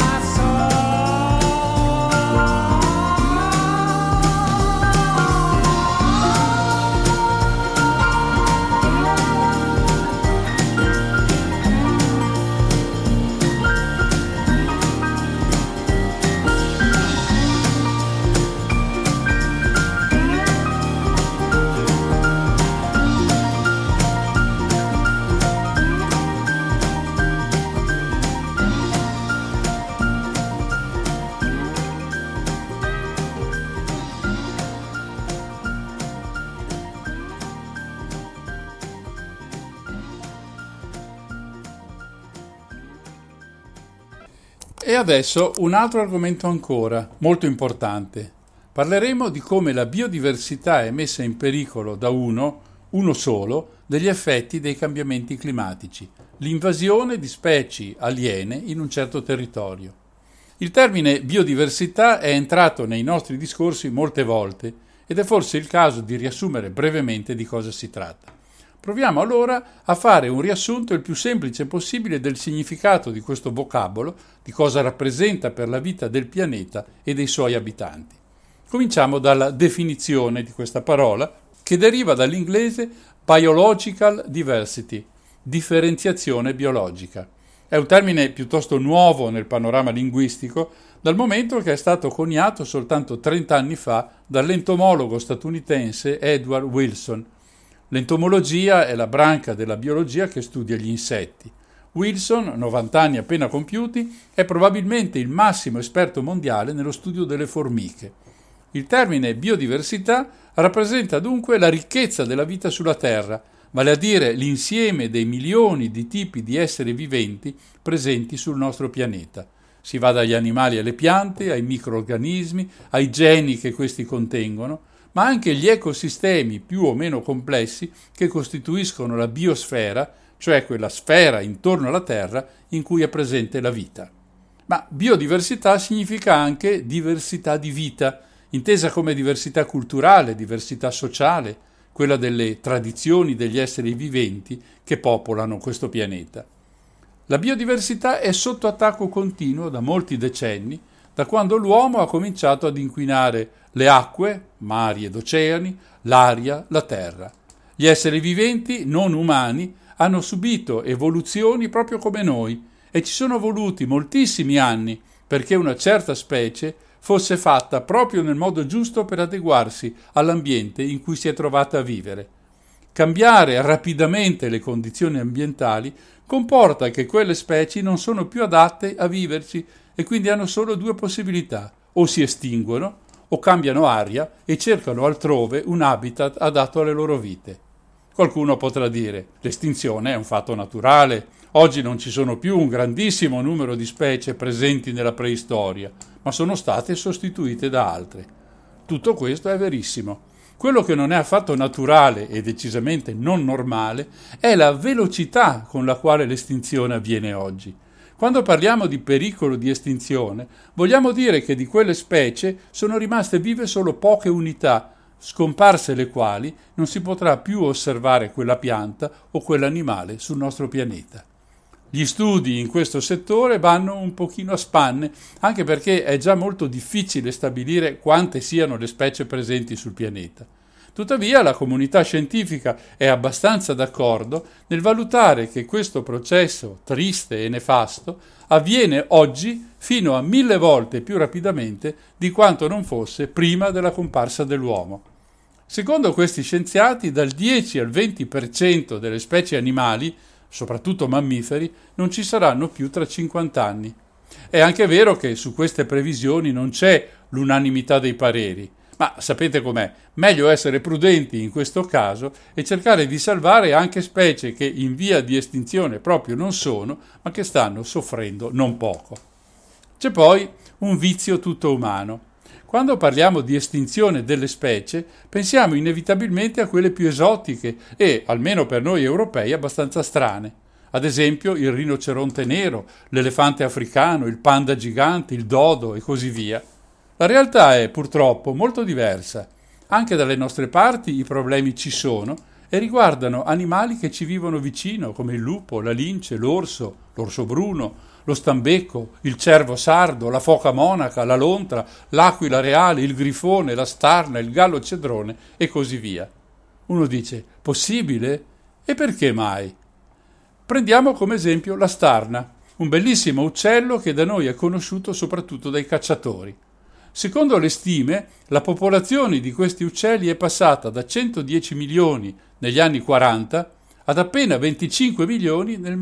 E adesso un altro argomento ancora, molto importante. Parleremo di come la biodiversità è messa in pericolo da uno solo, degli effetti dei cambiamenti climatici, l'invasione di specie aliene in un certo territorio. Il termine biodiversità è entrato nei nostri discorsi molte volte ed è forse il caso di riassumere brevemente di cosa si tratta. Proviamo allora a fare un riassunto il più semplice possibile del significato di questo vocabolo, di cosa rappresenta per la vita del pianeta e dei suoi abitanti. Cominciamo dalla definizione di questa parola, che deriva dall'inglese biological diversity, differenziazione biologica. È un termine piuttosto nuovo nel panorama linguistico, dal momento che è stato coniato soltanto 30 anni fa dall'entomologo statunitense Edward Wilson. L'entomologia è la branca della biologia che studia gli insetti. Wilson, 90 anni appena compiuti, è probabilmente il massimo esperto mondiale nello studio delle formiche. Il termine biodiversità rappresenta dunque la ricchezza della vita sulla Terra, vale a dire l'insieme dei milioni di tipi di esseri viventi presenti sul nostro pianeta. Si va dagli animali alle piante, ai microrganismi, ai geni che questi contengono, ma anche gli ecosistemi più o meno complessi che costituiscono la biosfera, cioè quella sfera intorno alla Terra in cui è presente la vita. Ma biodiversità significa anche diversità di vita, intesa come diversità culturale, diversità sociale, quella delle tradizioni degli esseri viventi che popolano questo pianeta. La biodiversità è sotto attacco continuo da molti decenni, da quando l'uomo ha cominciato ad inquinare le acque, mari ed oceani, l'aria, la terra. Gli esseri viventi non umani hanno subito evoluzioni proprio come noi e ci sono voluti moltissimi anni perché una certa specie fosse fatta proprio nel modo giusto per adeguarsi all'ambiente in cui si è trovata a vivere. Cambiare rapidamente le condizioni ambientali comporta che quelle specie non sono più adatte a viverci e quindi hanno solo due possibilità: o si estinguono o cambiano aria e cercano altrove un habitat adatto alle loro vite. Qualcuno potrà dire: l'estinzione è un fatto naturale, oggi non ci sono più un grandissimo numero di specie presenti nella preistoria, ma sono state sostituite da altre. Tutto questo è verissimo. Quello che non è affatto naturale e decisamente non normale è la velocità con la quale l'estinzione avviene oggi. Quando parliamo di pericolo di estinzione, vogliamo dire che di quelle specie sono rimaste vive solo poche unità, scomparse le quali non si potrà più osservare quella pianta o quell'animale sul nostro pianeta. Gli studi in questo settore vanno un pochino a spanne, anche perché è già molto difficile stabilire quante siano le specie presenti sul pianeta. Tuttavia la comunità scientifica è abbastanza d'accordo nel valutare che questo processo triste e nefasto avviene oggi fino a 1000 volte più rapidamente di quanto non fosse prima della comparsa dell'uomo. Secondo questi scienziati, dal 10 al 20% delle specie animali, soprattutto mammiferi, non ci saranno più tra 50 anni. È anche vero che su queste previsioni non c'è l'unanimità dei pareri, ma sapete com'è? Meglio essere prudenti in questo caso e cercare di salvare anche specie che in via di estinzione proprio non sono, ma che stanno soffrendo non poco. C'è poi un vizio tutto umano. Quando parliamo di estinzione delle specie, pensiamo inevitabilmente a quelle più esotiche e, almeno per noi europei, abbastanza strane. Ad esempio il rinoceronte nero, l'elefante africano, il panda gigante, il dodo e così via. La realtà è, purtroppo, molto diversa. Anche dalle nostre parti i problemi ci sono e riguardano animali che ci vivono vicino, come il lupo, la lince, l'orso bruno, lo stambecco, il cervo sardo, la foca monaca, la lontra, l'aquila reale, il grifone, la starna, il gallo cedrone e così via. Uno dice, possibile? E perché mai? Prendiamo come esempio la starna, un bellissimo uccello che da noi è conosciuto soprattutto dai cacciatori. Secondo le stime, la popolazione di questi uccelli è passata da 110 milioni negli anni 40 ad appena 25 milioni nel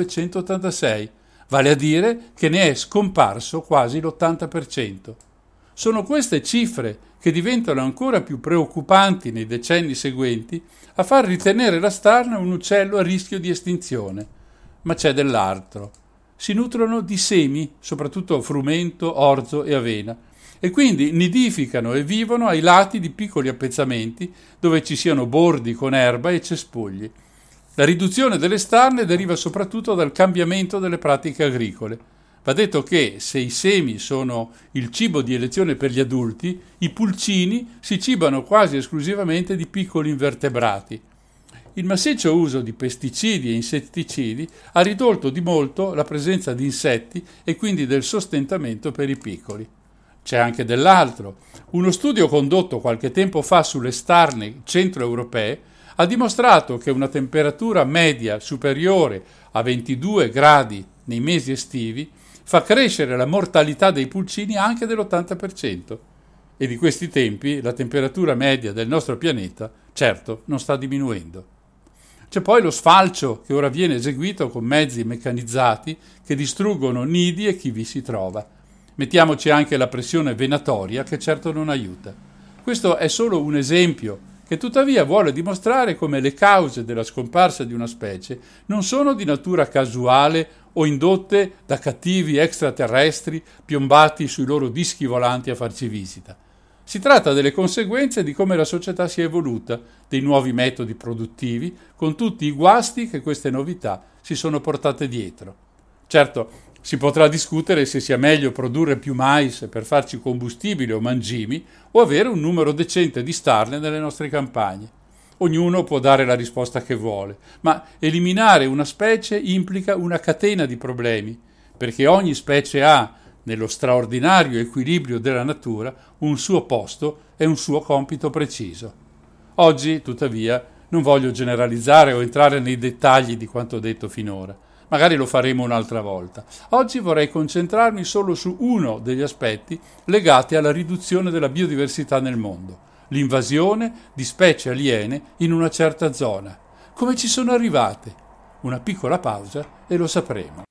1986, vale a dire che ne è scomparso quasi l'80%. Sono queste cifre, che diventano ancora più preoccupanti nei decenni seguenti, a far ritenere la starna un uccello a rischio di estinzione. Ma c'è dell'altro. Si nutrono di semi, soprattutto frumento, orzo e avena, e quindi nidificano e vivono ai lati di piccoli appezzamenti dove ci siano bordi con erba e cespugli. La riduzione delle starne deriva soprattutto dal cambiamento delle pratiche agricole. Va detto che se i semi sono il cibo di elezione per gli adulti, i pulcini si cibano quasi esclusivamente di piccoli invertebrati. Il massiccio uso di pesticidi e insetticidi ha ridotto di molto la presenza di insetti e quindi del sostentamento per i piccoli. C'è anche dell'altro. Uno studio condotto qualche tempo fa sulle starne centroeuropee ha dimostrato che una temperatura media superiore a 22 gradi nei mesi estivi fa crescere la mortalità dei pulcini anche dell'80%. E di questi tempi la temperatura media del nostro pianeta, certo, non sta diminuendo. C'è poi lo sfalcio che ora viene eseguito con mezzi meccanizzati che distruggono nidi e chi vi si trova. Mettiamoci anche la pressione venatoria che certo non aiuta. Questo è solo un esempio che tuttavia vuole dimostrare come le cause della scomparsa di una specie non sono di natura casuale o indotte da cattivi extraterrestri piombati sui loro dischi volanti a farci visita. Si tratta delle conseguenze di come la società si è evoluta, dei nuovi metodi produttivi, con tutti i guasti che queste novità si sono portate dietro. Certo, si potrà discutere se sia meglio produrre più mais per farci combustibile o mangimi o avere un numero decente di starne nelle nostre campagne. Ognuno può dare la risposta che vuole, ma eliminare una specie implica una catena di problemi, perché ogni specie ha, nello straordinario equilibrio della natura, un suo posto e un suo compito preciso. Oggi, tuttavia, non voglio generalizzare o entrare nei dettagli di quanto detto finora. Magari lo faremo un'altra volta. Oggi vorrei concentrarmi solo su uno degli aspetti legati alla riduzione della biodiversità nel mondo, l'invasione di specie aliene in una certa zona. Come ci sono arrivate? Una piccola pausa e lo sapremo.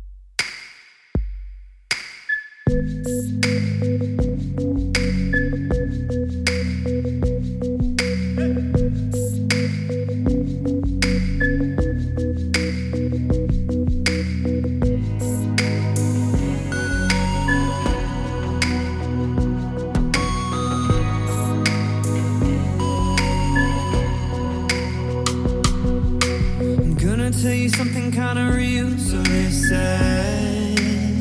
Tell you something kinda real, so listen.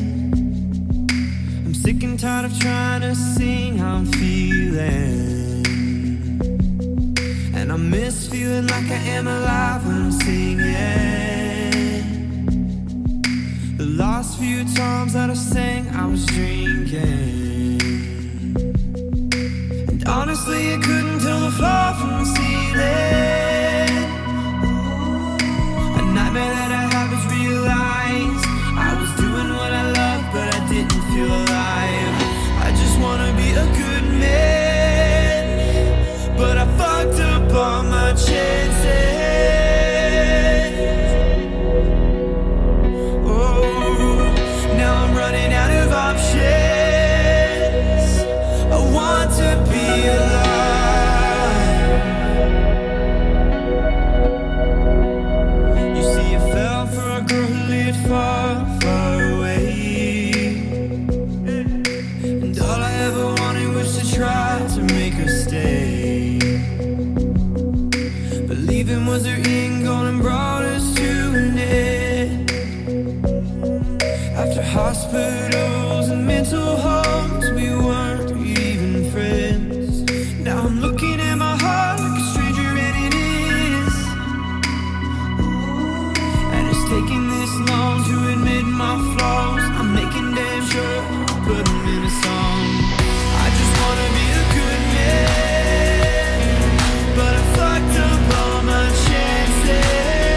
I'm sick and tired of trying to sing how I'm feeling, and I miss feeling like I am alive when I'm singing. The last few times that I sang, I was drinking, and honestly I couldn't tell the floor from the ceiling. That I have is realized I was doing what I love, but I didn't feel alive. I just wanna be a good man, but I fucked up all my chances. Oh, now I'm running out of options. I want to be alive. You see, I felt hospitals and mental homes, we weren't even friends. Now I'm looking at my heart like a stranger, and it is. And it's taking this long to admit my flaws. I'm making damn sure I put them in a song. I just wanna be a good man, but I fucked up all my chances.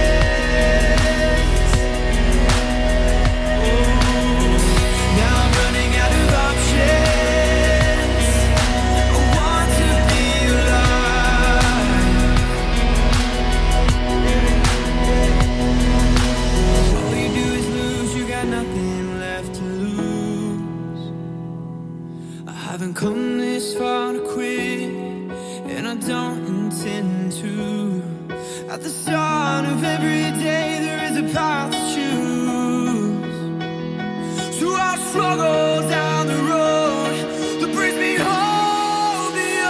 Come this far to quit, and I don't intend to. At the start of every day there is a path to choose. So I'll struggle down the road that brings me home to you.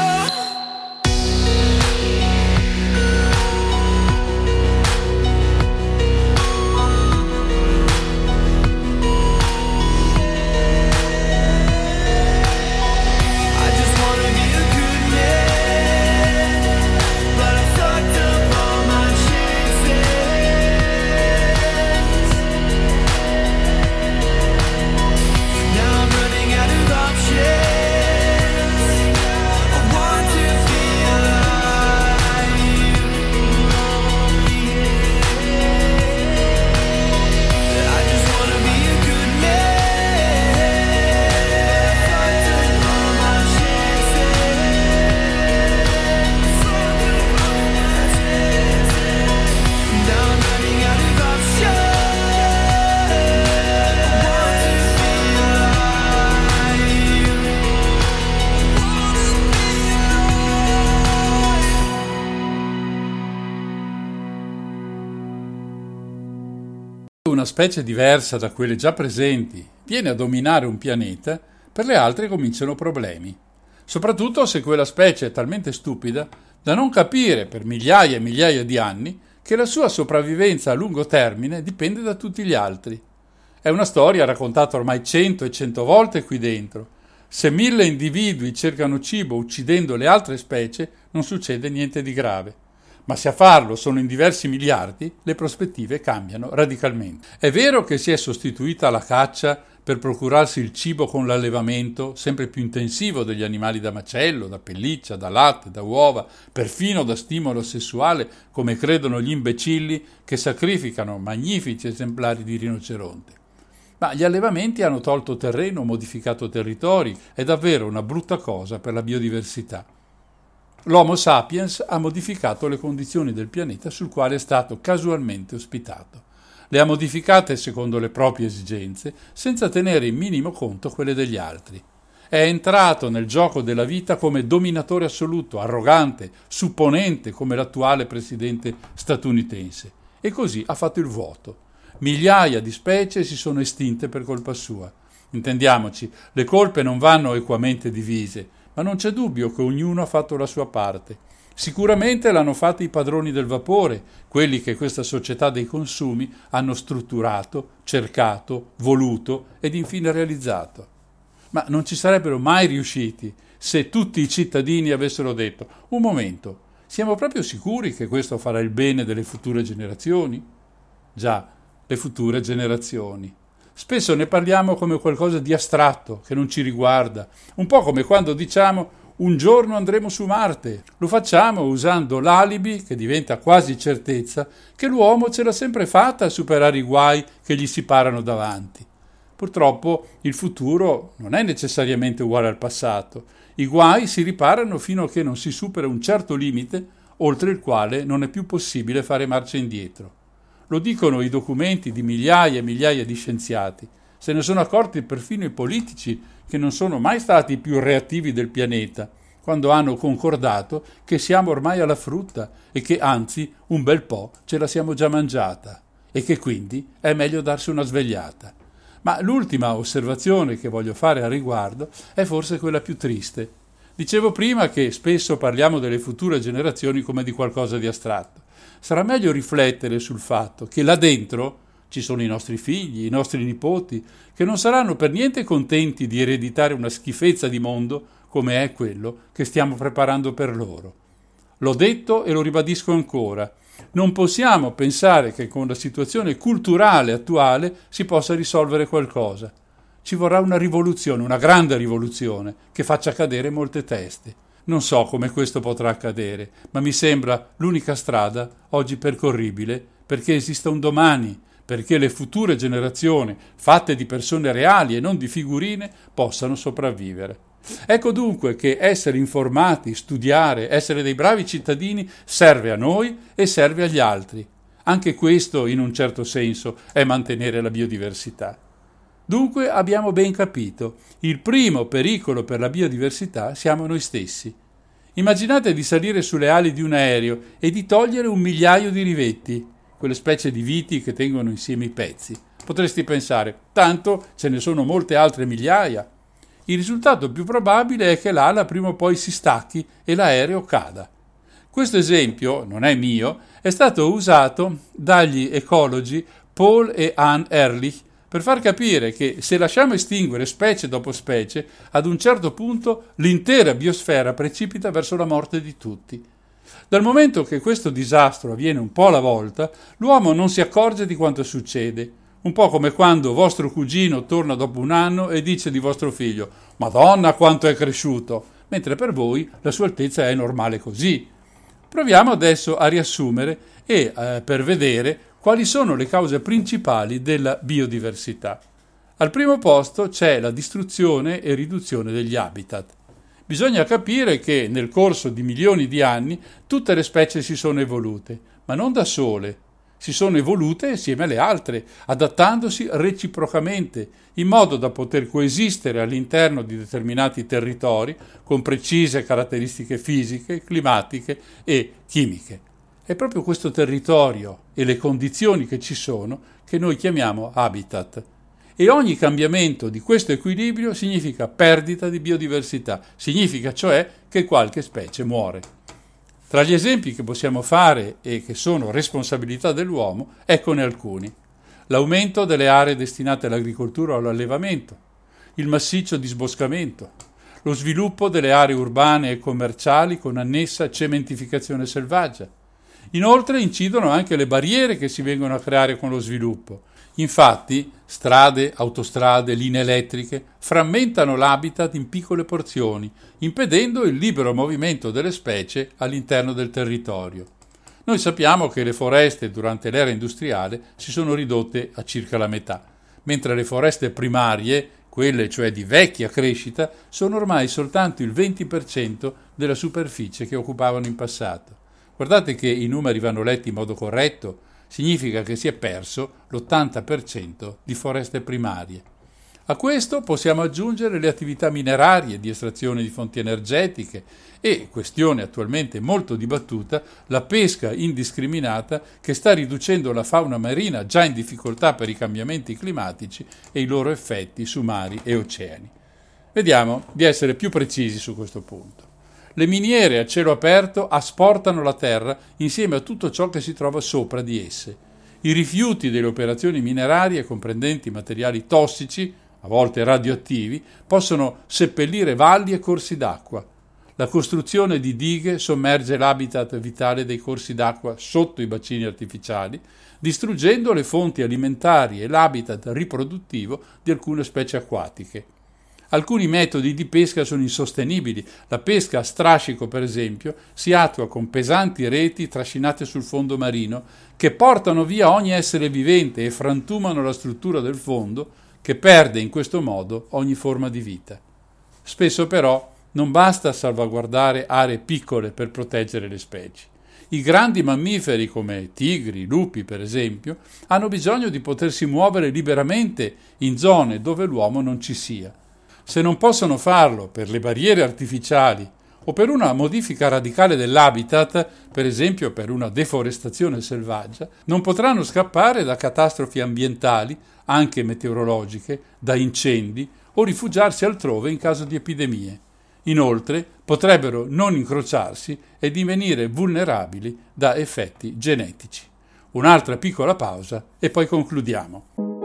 Una specie diversa da quelle già presenti viene a dominare un pianeta, per le altre cominciano problemi, soprattutto se quella specie è talmente stupida da non capire per migliaia e migliaia di anni che la sua sopravvivenza a lungo termine dipende da tutti gli altri. È una storia raccontata ormai 100 e 100 volte qui dentro. Se 1000 individui cercano cibo uccidendo le altre specie, non succede niente di grave. Ma se a farlo sono in diversi miliardi, le prospettive cambiano radicalmente. È vero che si è sostituita la caccia per procurarsi il cibo con l'allevamento sempre più intensivo degli animali da macello, da pelliccia, da latte, da uova, perfino da stimolo sessuale, come credono gli imbecilli che sacrificano magnifici esemplari di rinoceronte. Ma gli allevamenti hanno tolto terreno, modificato territori, è davvero una brutta cosa per la biodiversità. L'Homo sapiens ha modificato le condizioni del pianeta sul quale è stato casualmente ospitato. Le ha modificate secondo le proprie esigenze, senza tenere in minimo conto quelle degli altri. È entrato nel gioco della vita come dominatore assoluto, arrogante, supponente come l'attuale presidente statunitense. E così ha fatto il vuoto. Migliaia di specie si sono estinte per colpa sua. Intendiamoci, le colpe non vanno equamente divise, ma non c'è dubbio che ognuno ha fatto la sua parte. Sicuramente l'hanno fatto i padroni del vapore, quelli che questa società dei consumi hanno strutturato, cercato, voluto ed infine realizzato. Ma non ci sarebbero mai riusciti se tutti i cittadini avessero detto: un momento, siamo proprio sicuri che questo farà il bene delle future generazioni? Già, le future generazioni. Spesso ne parliamo come qualcosa di astratto, che non ci riguarda, un po' come quando diciamo un giorno andremo su Marte. Lo facciamo usando l'alibi, che diventa quasi certezza, che l'uomo ce l'ha sempre fatta a superare i guai che gli si parano davanti. Purtroppo il futuro non è necessariamente uguale al passato. I guai si riparano fino a che non si supera un certo limite, oltre il quale non è più possibile fare marcia indietro. Lo dicono i documenti di migliaia e migliaia di scienziati. Se ne sono accorti perfino i politici, che non sono mai stati i più reattivi del pianeta, quando hanno concordato che siamo ormai alla frutta e che anzi un bel po' ce la siamo già mangiata e che quindi è meglio darsi una svegliata. Ma l'ultima osservazione che voglio fare a riguardo è forse quella più triste. Dicevo prima che spesso parliamo delle future generazioni come di qualcosa di astratto. Sarà meglio riflettere sul fatto che là dentro ci sono i nostri figli, i nostri nipoti, che non saranno per niente contenti di ereditare una schifezza di mondo come è quello che stiamo preparando per loro. L'ho detto e lo ribadisco ancora. Non possiamo pensare che con la situazione culturale attuale si possa risolvere qualcosa. Ci vorrà una rivoluzione, una grande rivoluzione, che faccia cadere molte teste. Non so come questo potrà accadere, ma mi sembra l'unica strada oggi percorribile perché esista un domani, perché le future generazioni, fatte di persone reali e non di figurine, possano sopravvivere. Ecco dunque che essere informati, studiare, essere dei bravi cittadini serve a noi e serve agli altri. Anche questo, in un certo senso, è mantenere la biodiversità. Dunque abbiamo ben capito, il primo pericolo per la biodiversità siamo noi stessi. Immaginate di salire sulle ali di un aereo e di togliere 1 migliaio di rivetti, quelle specie di viti che tengono insieme i pezzi. Potresti pensare, tanto ce ne sono molte altre migliaia. Il risultato più probabile è che l'ala prima o poi si stacchi e l'aereo cada. Questo esempio, non è mio, è stato usato dagli ecologi Paul e Anne Ehrlich per far capire che se lasciamo estinguere specie dopo specie, ad un certo punto l'intera biosfera precipita verso la morte di tutti. Dal momento che questo disastro avviene un po' alla volta, l'uomo non si accorge di quanto succede. Un po' come quando vostro cugino torna dopo un anno e dice di vostro figlio «Madonna quanto è cresciuto!», mentre per voi la sua altezza è normale così. Proviamo adesso a riassumere e per vedere quali sono le cause principali della biodiversità. Al primo posto c'è la distruzione e riduzione degli habitat. Bisogna capire che nel corso di milioni di anni tutte le specie si sono evolute, ma non da sole. Si sono evolute insieme alle altre, adattandosi reciprocamente, in modo da poter coesistere all'interno di determinati territori con precise caratteristiche fisiche, climatiche e chimiche. È proprio questo territorio e le condizioni che ci sono che noi chiamiamo habitat. E ogni cambiamento di questo equilibrio significa perdita di biodiversità, significa cioè che qualche specie muore. Tra gli esempi che possiamo fare e che sono responsabilità dell'uomo, eccone alcuni. L'aumento delle aree destinate all'agricoltura o all'allevamento, il massiccio disboscamento, lo sviluppo delle aree urbane e commerciali con annessa cementificazione selvaggia. Inoltre incidono anche le barriere che si vengono a creare con lo sviluppo. Infatti, strade, autostrade, linee elettriche frammentano l'habitat in piccole porzioni, impedendo il libero movimento delle specie all'interno del territorio. Noi sappiamo che le foreste durante l'era industriale si sono ridotte a circa la metà, mentre le foreste primarie, quelle cioè di vecchia crescita, sono ormai soltanto il 20% della superficie che occupavano in passato. Guardate che i numeri vanno letti in modo corretto, significa che si è perso l'80% di foreste primarie. A questo possiamo aggiungere le attività minerarie di estrazione di fonti energetiche e, questione attualmente molto dibattuta, la pesca indiscriminata che sta riducendo la fauna marina già in difficoltà per i cambiamenti climatici e i loro effetti su mari e oceani. Vediamo di essere più precisi su questo punto. Le miniere a cielo aperto asportano la terra insieme a tutto ciò che si trova sopra di esse. I rifiuti delle operazioni minerarie, comprendenti materiali tossici, a volte radioattivi, possono seppellire valli e corsi d'acqua. La costruzione di dighe sommerge l'habitat vitale dei corsi d'acqua sotto i bacini artificiali, distruggendo le fonti alimentari e l'habitat riproduttivo di alcune specie acquatiche. Alcuni metodi di pesca sono insostenibili. La pesca a strascico, per esempio, si attua con pesanti reti trascinate sul fondo marino che portano via ogni essere vivente e frantumano la struttura del fondo, che perde in questo modo ogni forma di vita. Spesso però non basta salvaguardare aree piccole per proteggere le specie. I grandi mammiferi come tigri, lupi per esempio, hanno bisogno di potersi muovere liberamente in zone dove l'uomo non ci sia. Se non possono farlo per le barriere artificiali o per una modifica radicale dell'habitat, per esempio per una deforestazione selvaggia, non potranno scappare da catastrofi ambientali, anche meteorologiche, da incendi o rifugiarsi altrove in caso di epidemie. Inoltre potrebbero non incrociarsi e divenire vulnerabili da effetti genetici. Un'altra piccola pausa e poi concludiamo.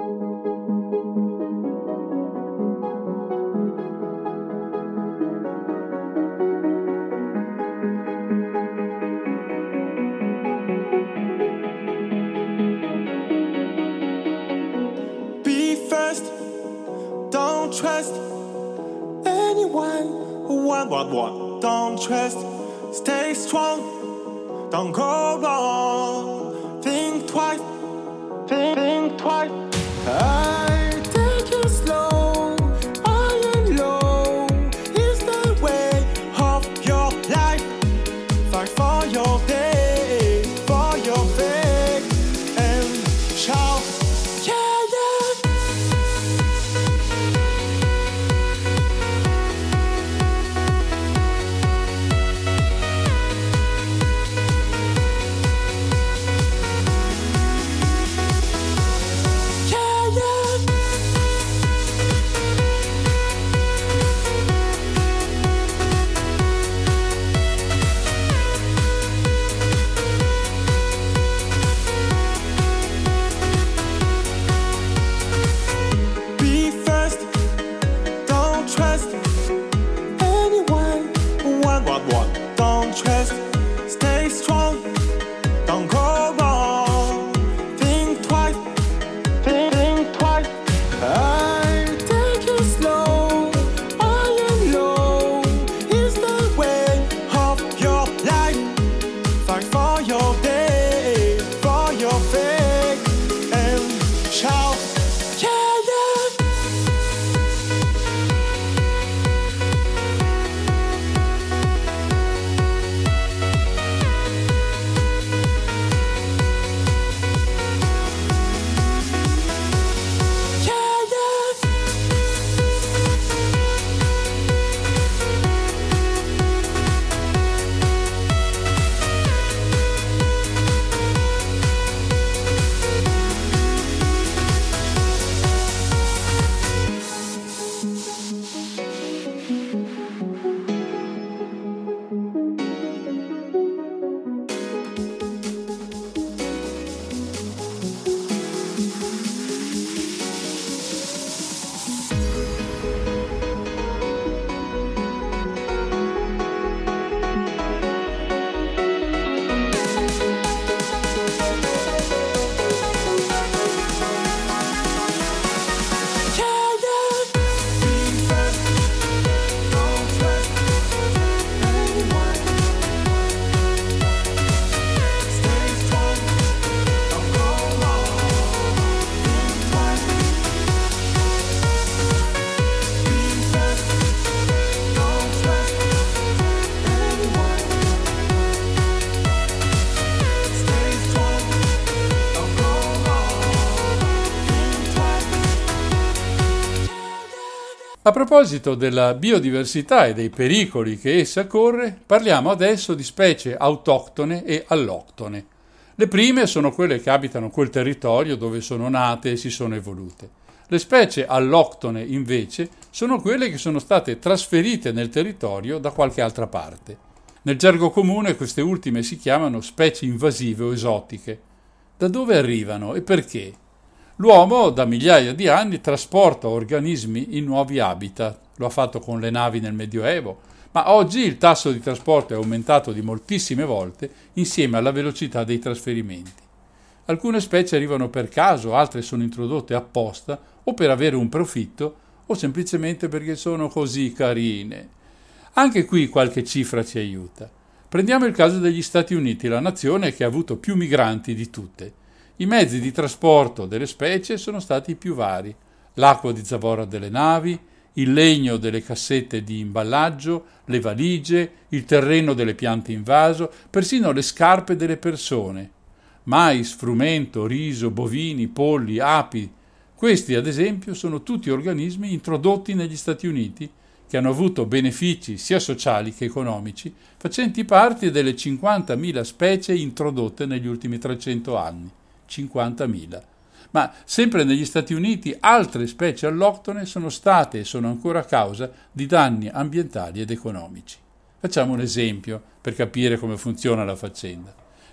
Be first, don't trust anyone. What? Don't trust, stay strong, don't go wrong. Think twice, think twice. I take it slow, high and low. Is the way of your life. Fight for your day, for your faith, and shout, yeah, yeah. Be first, don't trust anyone. What? Don't trust, stay strong, don't go wrong. Think twice, think twice. I take it slow, high and low. Is the way of your life. Fight for your day, for your faith, and shout, yeah, yeah. Yeah, yeah. A proposito della biodiversità e dei pericoli che essa corre, parliamo adesso di specie autoctone e alloctone. Le prime sono quelle che abitano quel territorio dove sono nate e si sono evolute. Le specie alloctone, invece, sono quelle che sono state trasferite nel territorio da qualche altra parte. Nel gergo comune queste ultime si chiamano specie invasive o esotiche. Da dove arrivano e perché? L'uomo da migliaia di anni trasporta organismi in nuovi habitat, lo ha fatto con le navi nel Medioevo, ma oggi il tasso di trasporto è aumentato di moltissime volte insieme alla velocità dei trasferimenti. Alcune specie arrivano per caso, altre sono introdotte apposta o per avere un profitto o semplicemente perché sono così carine. Anche qui qualche cifra ci aiuta. Prendiamo il caso degli Stati Uniti, la nazione che ha avuto più migranti di tutte. I mezzi di trasporto delle specie sono stati più vari: l'acqua di zavorra delle navi, il legno delle cassette di imballaggio, le valigie, il terreno delle piante invaso, persino le scarpe delle persone. Mais, frumento, riso, bovini, polli, api. Questi, ad esempio, sono tutti organismi introdotti negli Stati Uniti che hanno avuto benefici sia sociali che economici, facenti parte delle 50.000 specie introdotte negli ultimi 300 anni. 50.000. Ma sempre negli Stati Uniti altre specie alloctone sono state e sono ancora a causa di danni ambientali ed economici. Facciamo un esempio per capire come funziona la faccenda.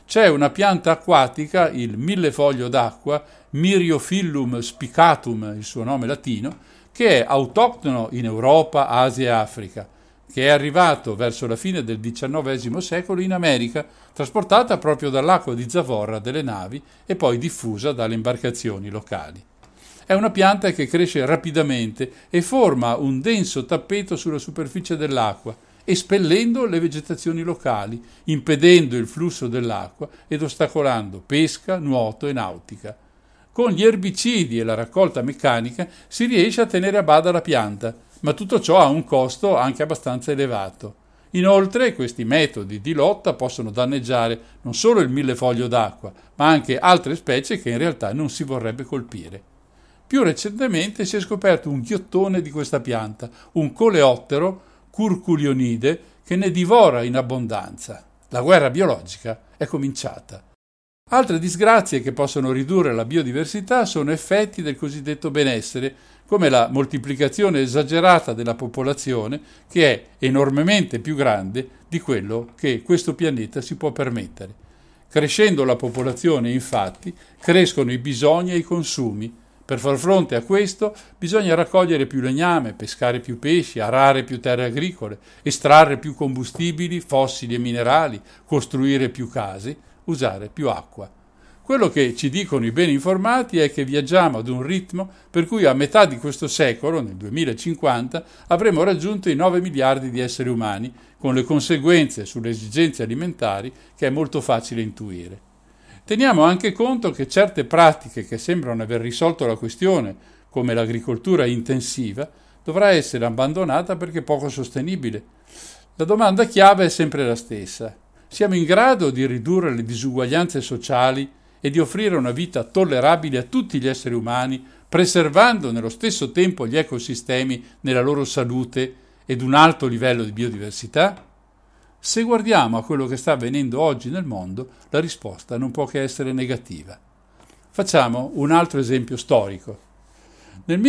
C'è una pianta acquatica, il millefoglio d'acqua, Myriophyllum spicatum, il suo nome latino, che è autoctono in Europa, Asia e Africa, che è arrivato verso la fine del XIX secolo in America, trasportata proprio dall'acqua di zavorra delle navi e poi diffusa dalle imbarcazioni locali. È una pianta che cresce rapidamente e forma un denso tappeto sulla superficie dell'acqua, espellendo le vegetazioni locali, impedendo il flusso dell'acqua ed ostacolando pesca, nuoto e nautica. Con gli erbicidi e la raccolta meccanica si riesce a tenere a bada la pianta, ma tutto ciò ha un costo anche abbastanza elevato. Inoltre, questi metodi di lotta possono danneggiare non solo il millefoglio d'acqua, ma anche altre specie che in realtà non si vorrebbe colpire. Più recentemente si è scoperto un ghiottone di questa pianta, un coleottero curculionide, che ne divora in abbondanza. La guerra biologica è cominciata. Altre disgrazie che possono ridurre la biodiversità sono effetti del cosiddetto benessere, come la moltiplicazione esagerata della popolazione, che è enormemente più grande di quello che questo pianeta si può permettere. Crescendo la popolazione, infatti, crescono i bisogni e i consumi. Per far fronte a questo bisogna raccogliere più legname, pescare più pesci, arare più terre agricole, estrarre più combustibili fossili e minerali, costruire più case, usare più acqua. Quello che ci dicono i ben informati è che viaggiamo ad un ritmo per cui a metà di questo secolo, nel 2050, avremo raggiunto i 9 miliardi di esseri umani, con le conseguenze sulle esigenze alimentari che è molto facile intuire. Teniamo anche conto che certe pratiche che sembrano aver risolto la questione, come l'agricoltura intensiva, dovrà essere abbandonata perché poco sostenibile. La domanda chiave è sempre la stessa. Siamo in grado di ridurre le disuguaglianze sociali e di offrire una vita tollerabile a tutti gli esseri umani, preservando nello stesso tempo gli ecosistemi nella loro salute ed un alto livello di biodiversità? Se guardiamo a quello che sta avvenendo oggi nel mondo, la risposta non può che essere negativa. Facciamo un altro esempio storico. Nel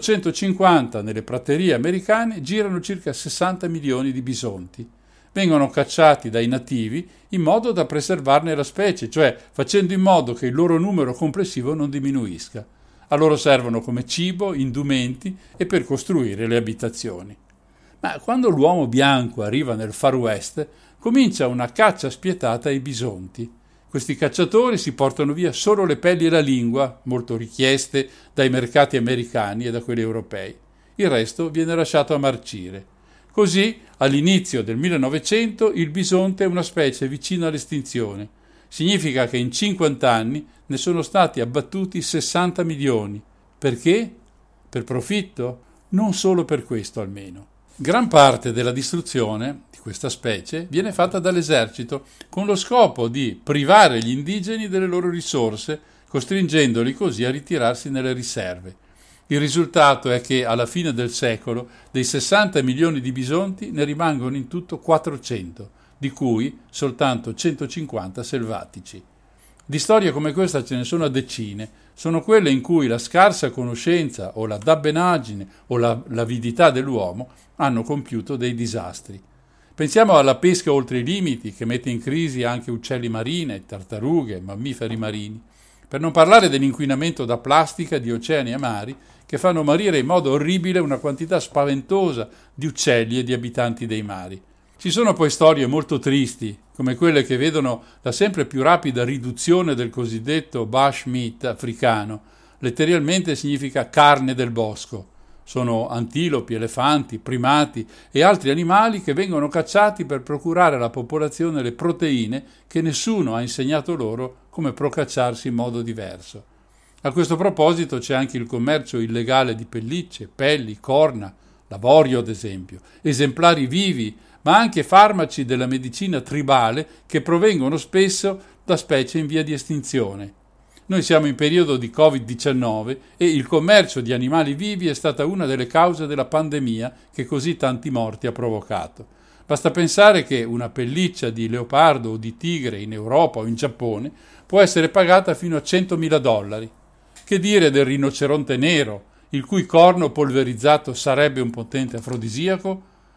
1850 nelle praterie americane girano circa 60 milioni di bisonti. Vengono cacciati dai nativi in modo da preservarne la specie, cioè facendo in modo che il loro numero complessivo non diminuisca. A loro servono come cibo, indumenti e per costruire le abitazioni. Ma quando l'uomo bianco arriva nel Far West, comincia una caccia spietata ai bisonti. Questi cacciatori si portano via solo le pelli e la lingua, molto richieste dai mercati americani e da quelli europei. Il resto viene lasciato a marcire. Così, all'inizio del 1900, il bisonte è una specie vicina all'estinzione. Significa che in 50 anni ne sono stati abbattuti 60 milioni. Perché? Per profitto? Non solo per questo almeno. Gran parte della distruzione di questa specie viene fatta dall'esercito con lo scopo di privare gli indigeni delle loro risorse, costringendoli così a ritirarsi nelle riserve. Il risultato è che alla fine del secolo dei 60 milioni di bisonti ne rimangono in tutto 400, di cui soltanto 150 selvatici. Di storie come questa ce ne sono a decine, sono quelle in cui la scarsa conoscenza o la dabbenaggine o l'avidità dell'uomo hanno compiuto dei disastri. Pensiamo alla pesca oltre i limiti che mette in crisi anche uccelli marini, tartarughe, mammiferi marini. Per non parlare dell'inquinamento da plastica di oceani e mari che fanno morire in modo orribile una quantità spaventosa di uccelli e di abitanti dei mari. Ci sono poi storie molto tristi, come quelle che vedono la sempre più rapida riduzione del cosiddetto bush meat africano. Letteralmente significa carne del bosco. Sono antilopi, elefanti, primati e altri animali che vengono cacciati per procurare alla popolazione le proteine che nessuno ha insegnato loro come procacciarsi in modo diverso. A questo proposito c'è anche il commercio illegale di pellicce, pelli, corna, l'avorio ad esempio, esemplari vivi, ma anche farmaci della medicina tribale che provengono spesso da specie in via di estinzione. Noi siamo in periodo di Covid-19 e il commercio di animali vivi è stata una delle cause della pandemia che così tanti morti ha provocato. Basta pensare che una pelliccia di leopardo o di tigre in Europa o in Giappone può essere pagata fino a $100.000. Che dire del rinoceronte nero, il cui corno polverizzato sarebbe un potente afrodisiaco?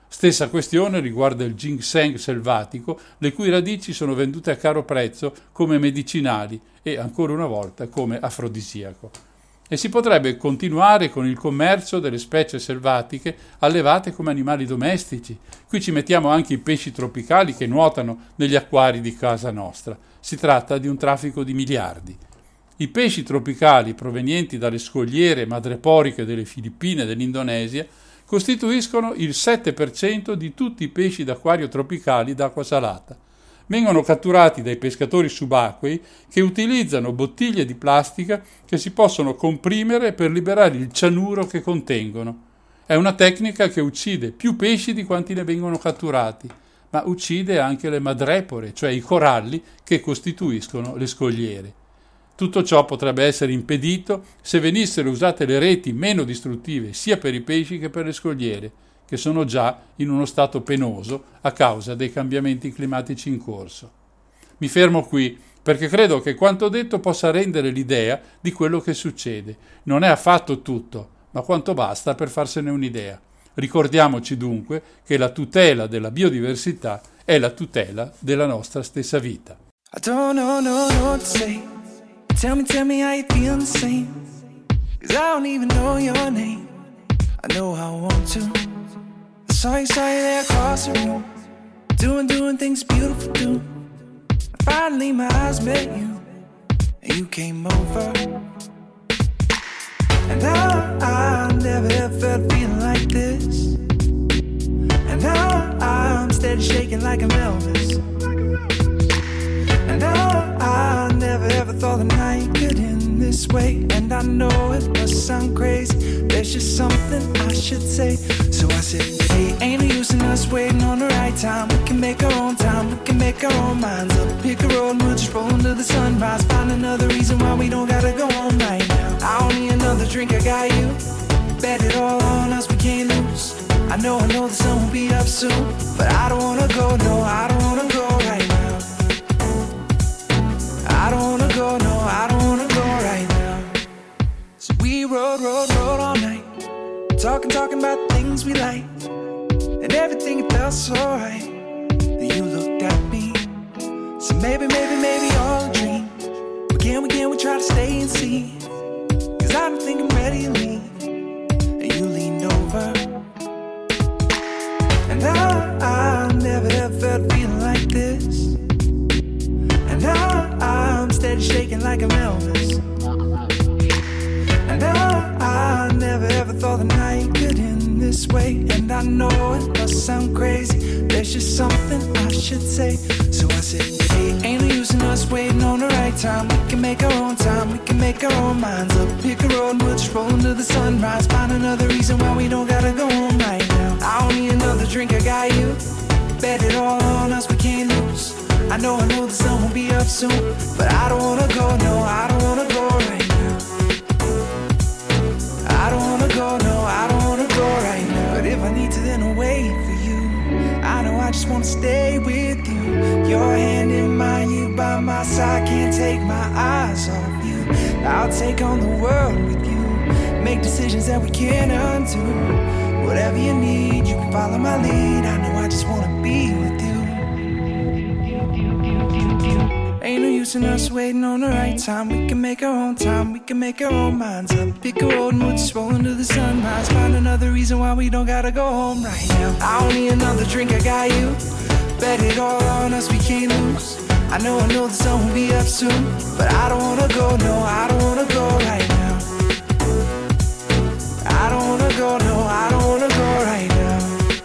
Stessa questione riguarda il ginseng selvatico, le cui radici sono vendute a caro prezzo come medicinali e, ancora una volta, come afrodisiaco. E si potrebbe continuare con il commercio delle specie selvatiche allevate come animali domestici. Qui ci mettiamo anche i pesci tropicali che nuotano negli acquari di casa nostra. Si tratta di un traffico di miliardi. I pesci tropicali provenienti dalle scogliere madreporiche delle Filippine e dell'Indonesia costituiscono il 7% di tutti i pesci d'acquario tropicali d'acqua salata. Vengono catturati dai pescatori subacquei che utilizzano bottiglie di plastica che si possono comprimere per liberare il cianuro che contengono. È una tecnica che uccide più pesci di quanti ne vengono catturati, ma uccide anche le madrepore, cioè i coralli che costituiscono le scogliere. Tutto ciò potrebbe essere impedito se venissero usate le reti meno distruttive sia per i pesci che per le scogliere, che sono già in uno stato penoso a causa dei cambiamenti climatici in corso. Mi fermo qui perché credo che quanto detto possa rendere l'idea di quello che succede. Non è affatto tutto, ma quanto basta per farsene un'idea. Ricordiamoci dunque che la tutela della biodiversità è la tutela della nostra stessa vita. I don't know what to say. Tell me how you feel the same. 'Cause I don't even know your name. I know I want to. I saw you there across the room, doing things beautiful do. Finally my eyes met you, and you came over. And now I never ever felt a feeling like this. And now I'm steady shaking like I'm Elvis. And now I never ever thought the night could end this way. And I know it must sound crazy, there's just something I should say. So I said, hey, ain't no use in us waiting on the right time. We can make our own time, we can make our own minds up. Pick a road and we'll just roll into the sunrise. Find another reason why we don't gotta go home right now. I don't need another drink, I got you. Bet it all on us, we can't lose. I know the sun will be up soon, but I don't wanna go, no, I don't wanna go right now. I don't wanna go, no, I don't wanna go right now. So we rode all night, talking about things we like, and everything it felt so right. Then you looked at me, so maybe all a dream. But can we try to stay and see? 'Cause I don't think I'm ready to leave. And you leaned over, and I never ever felt a feeling like this. And now I'm steady shaking like I'm Elvis. And now I never ever thought the night could end this way. And I know it must sound crazy, there's just something I should say. So I said, hey, ain't no use in us waiting on the right time. We can make our own time, we can make our own minds up. Pick a road and we'll just roll into the sunrise. Find another reason why we don't gotta go home right now. I don't need another drink, I got you. Bet it all on us, we can't lose. I know the sun will be up soon, but I don't wanna go, no, I don't wanna go right now. I don't wanna go, no, I don't wanna go right now. But if I need to, then I'll wait for you. I know I just wanna stay with you. Your hand in mine, you by my side, can't take my eyes off you. I'll take on the world with you, make decisions that we can't undo. Whatever you need, you can follow my lead. I know I just wanna be with you. Ain't no use in us waiting on the right time. We can make our own time, we can make our own minds up. Pick a road and we'll just roll into the sunrise. Find another reason why we don't gotta go home right now. I don't need another drink, I got you. Bet it all on us, we can't lose. I know the sun will be up soon, but I don't wanna go, no, I don't wanna go right now. I don't wanna go, no, I don't wanna go right now.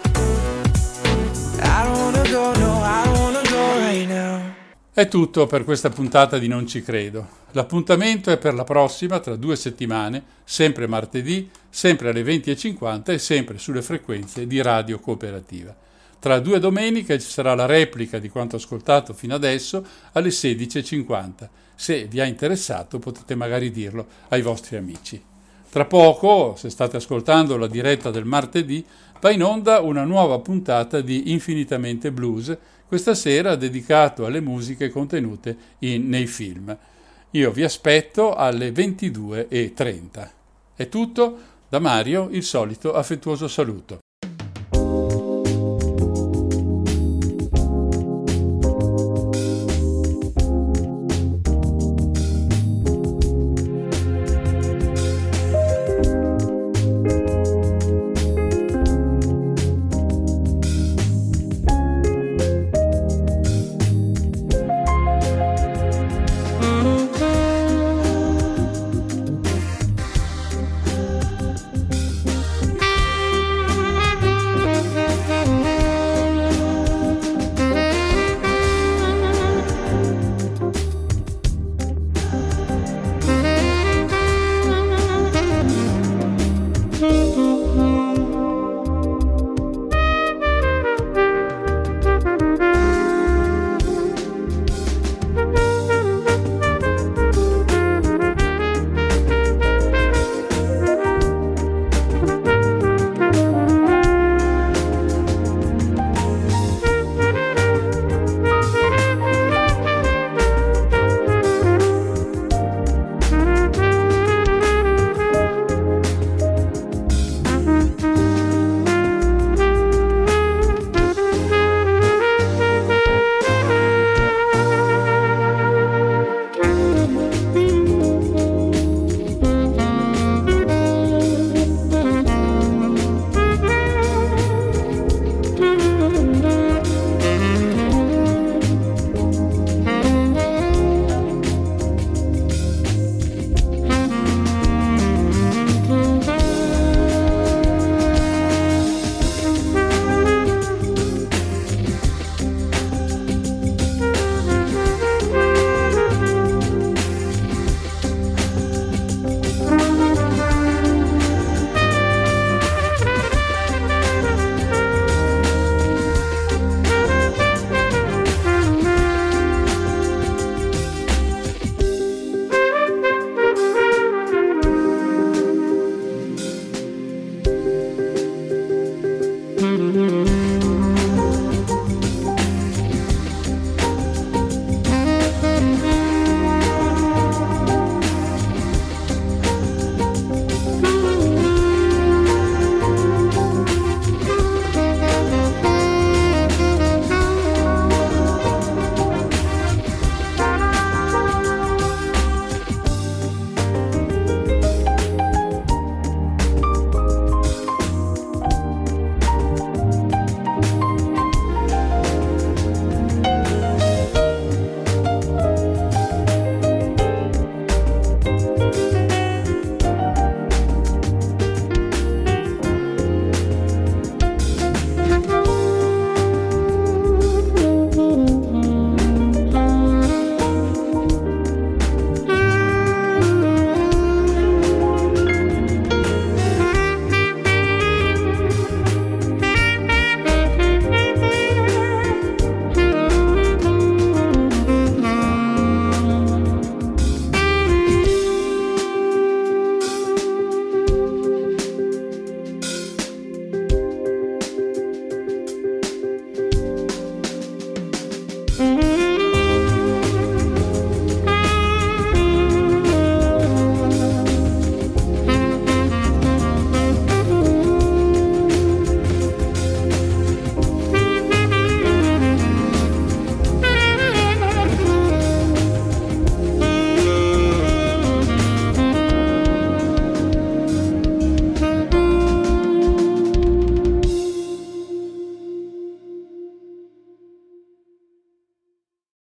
I don't wanna go, no, I don't wanna go right now. È tutto per questa puntata di Non ci credo. L'appuntamento è per la prossima, tra 2 settimane, sempre martedì, sempre alle 20:50 e sempre sulle frequenze di Radio Cooperativa. Tra 2 domeniche ci sarà la replica di quanto ascoltato fino adesso alle 16:50. Se vi ha interessato potete magari dirlo ai vostri amici. Tra poco, se state ascoltando la diretta del martedì, va in onda una nuova puntata di Infinitamente Blues, questa sera dedicato alle musiche contenute nei film. Io vi aspetto alle 22:30. È tutto, da Mario il solito affettuoso saluto.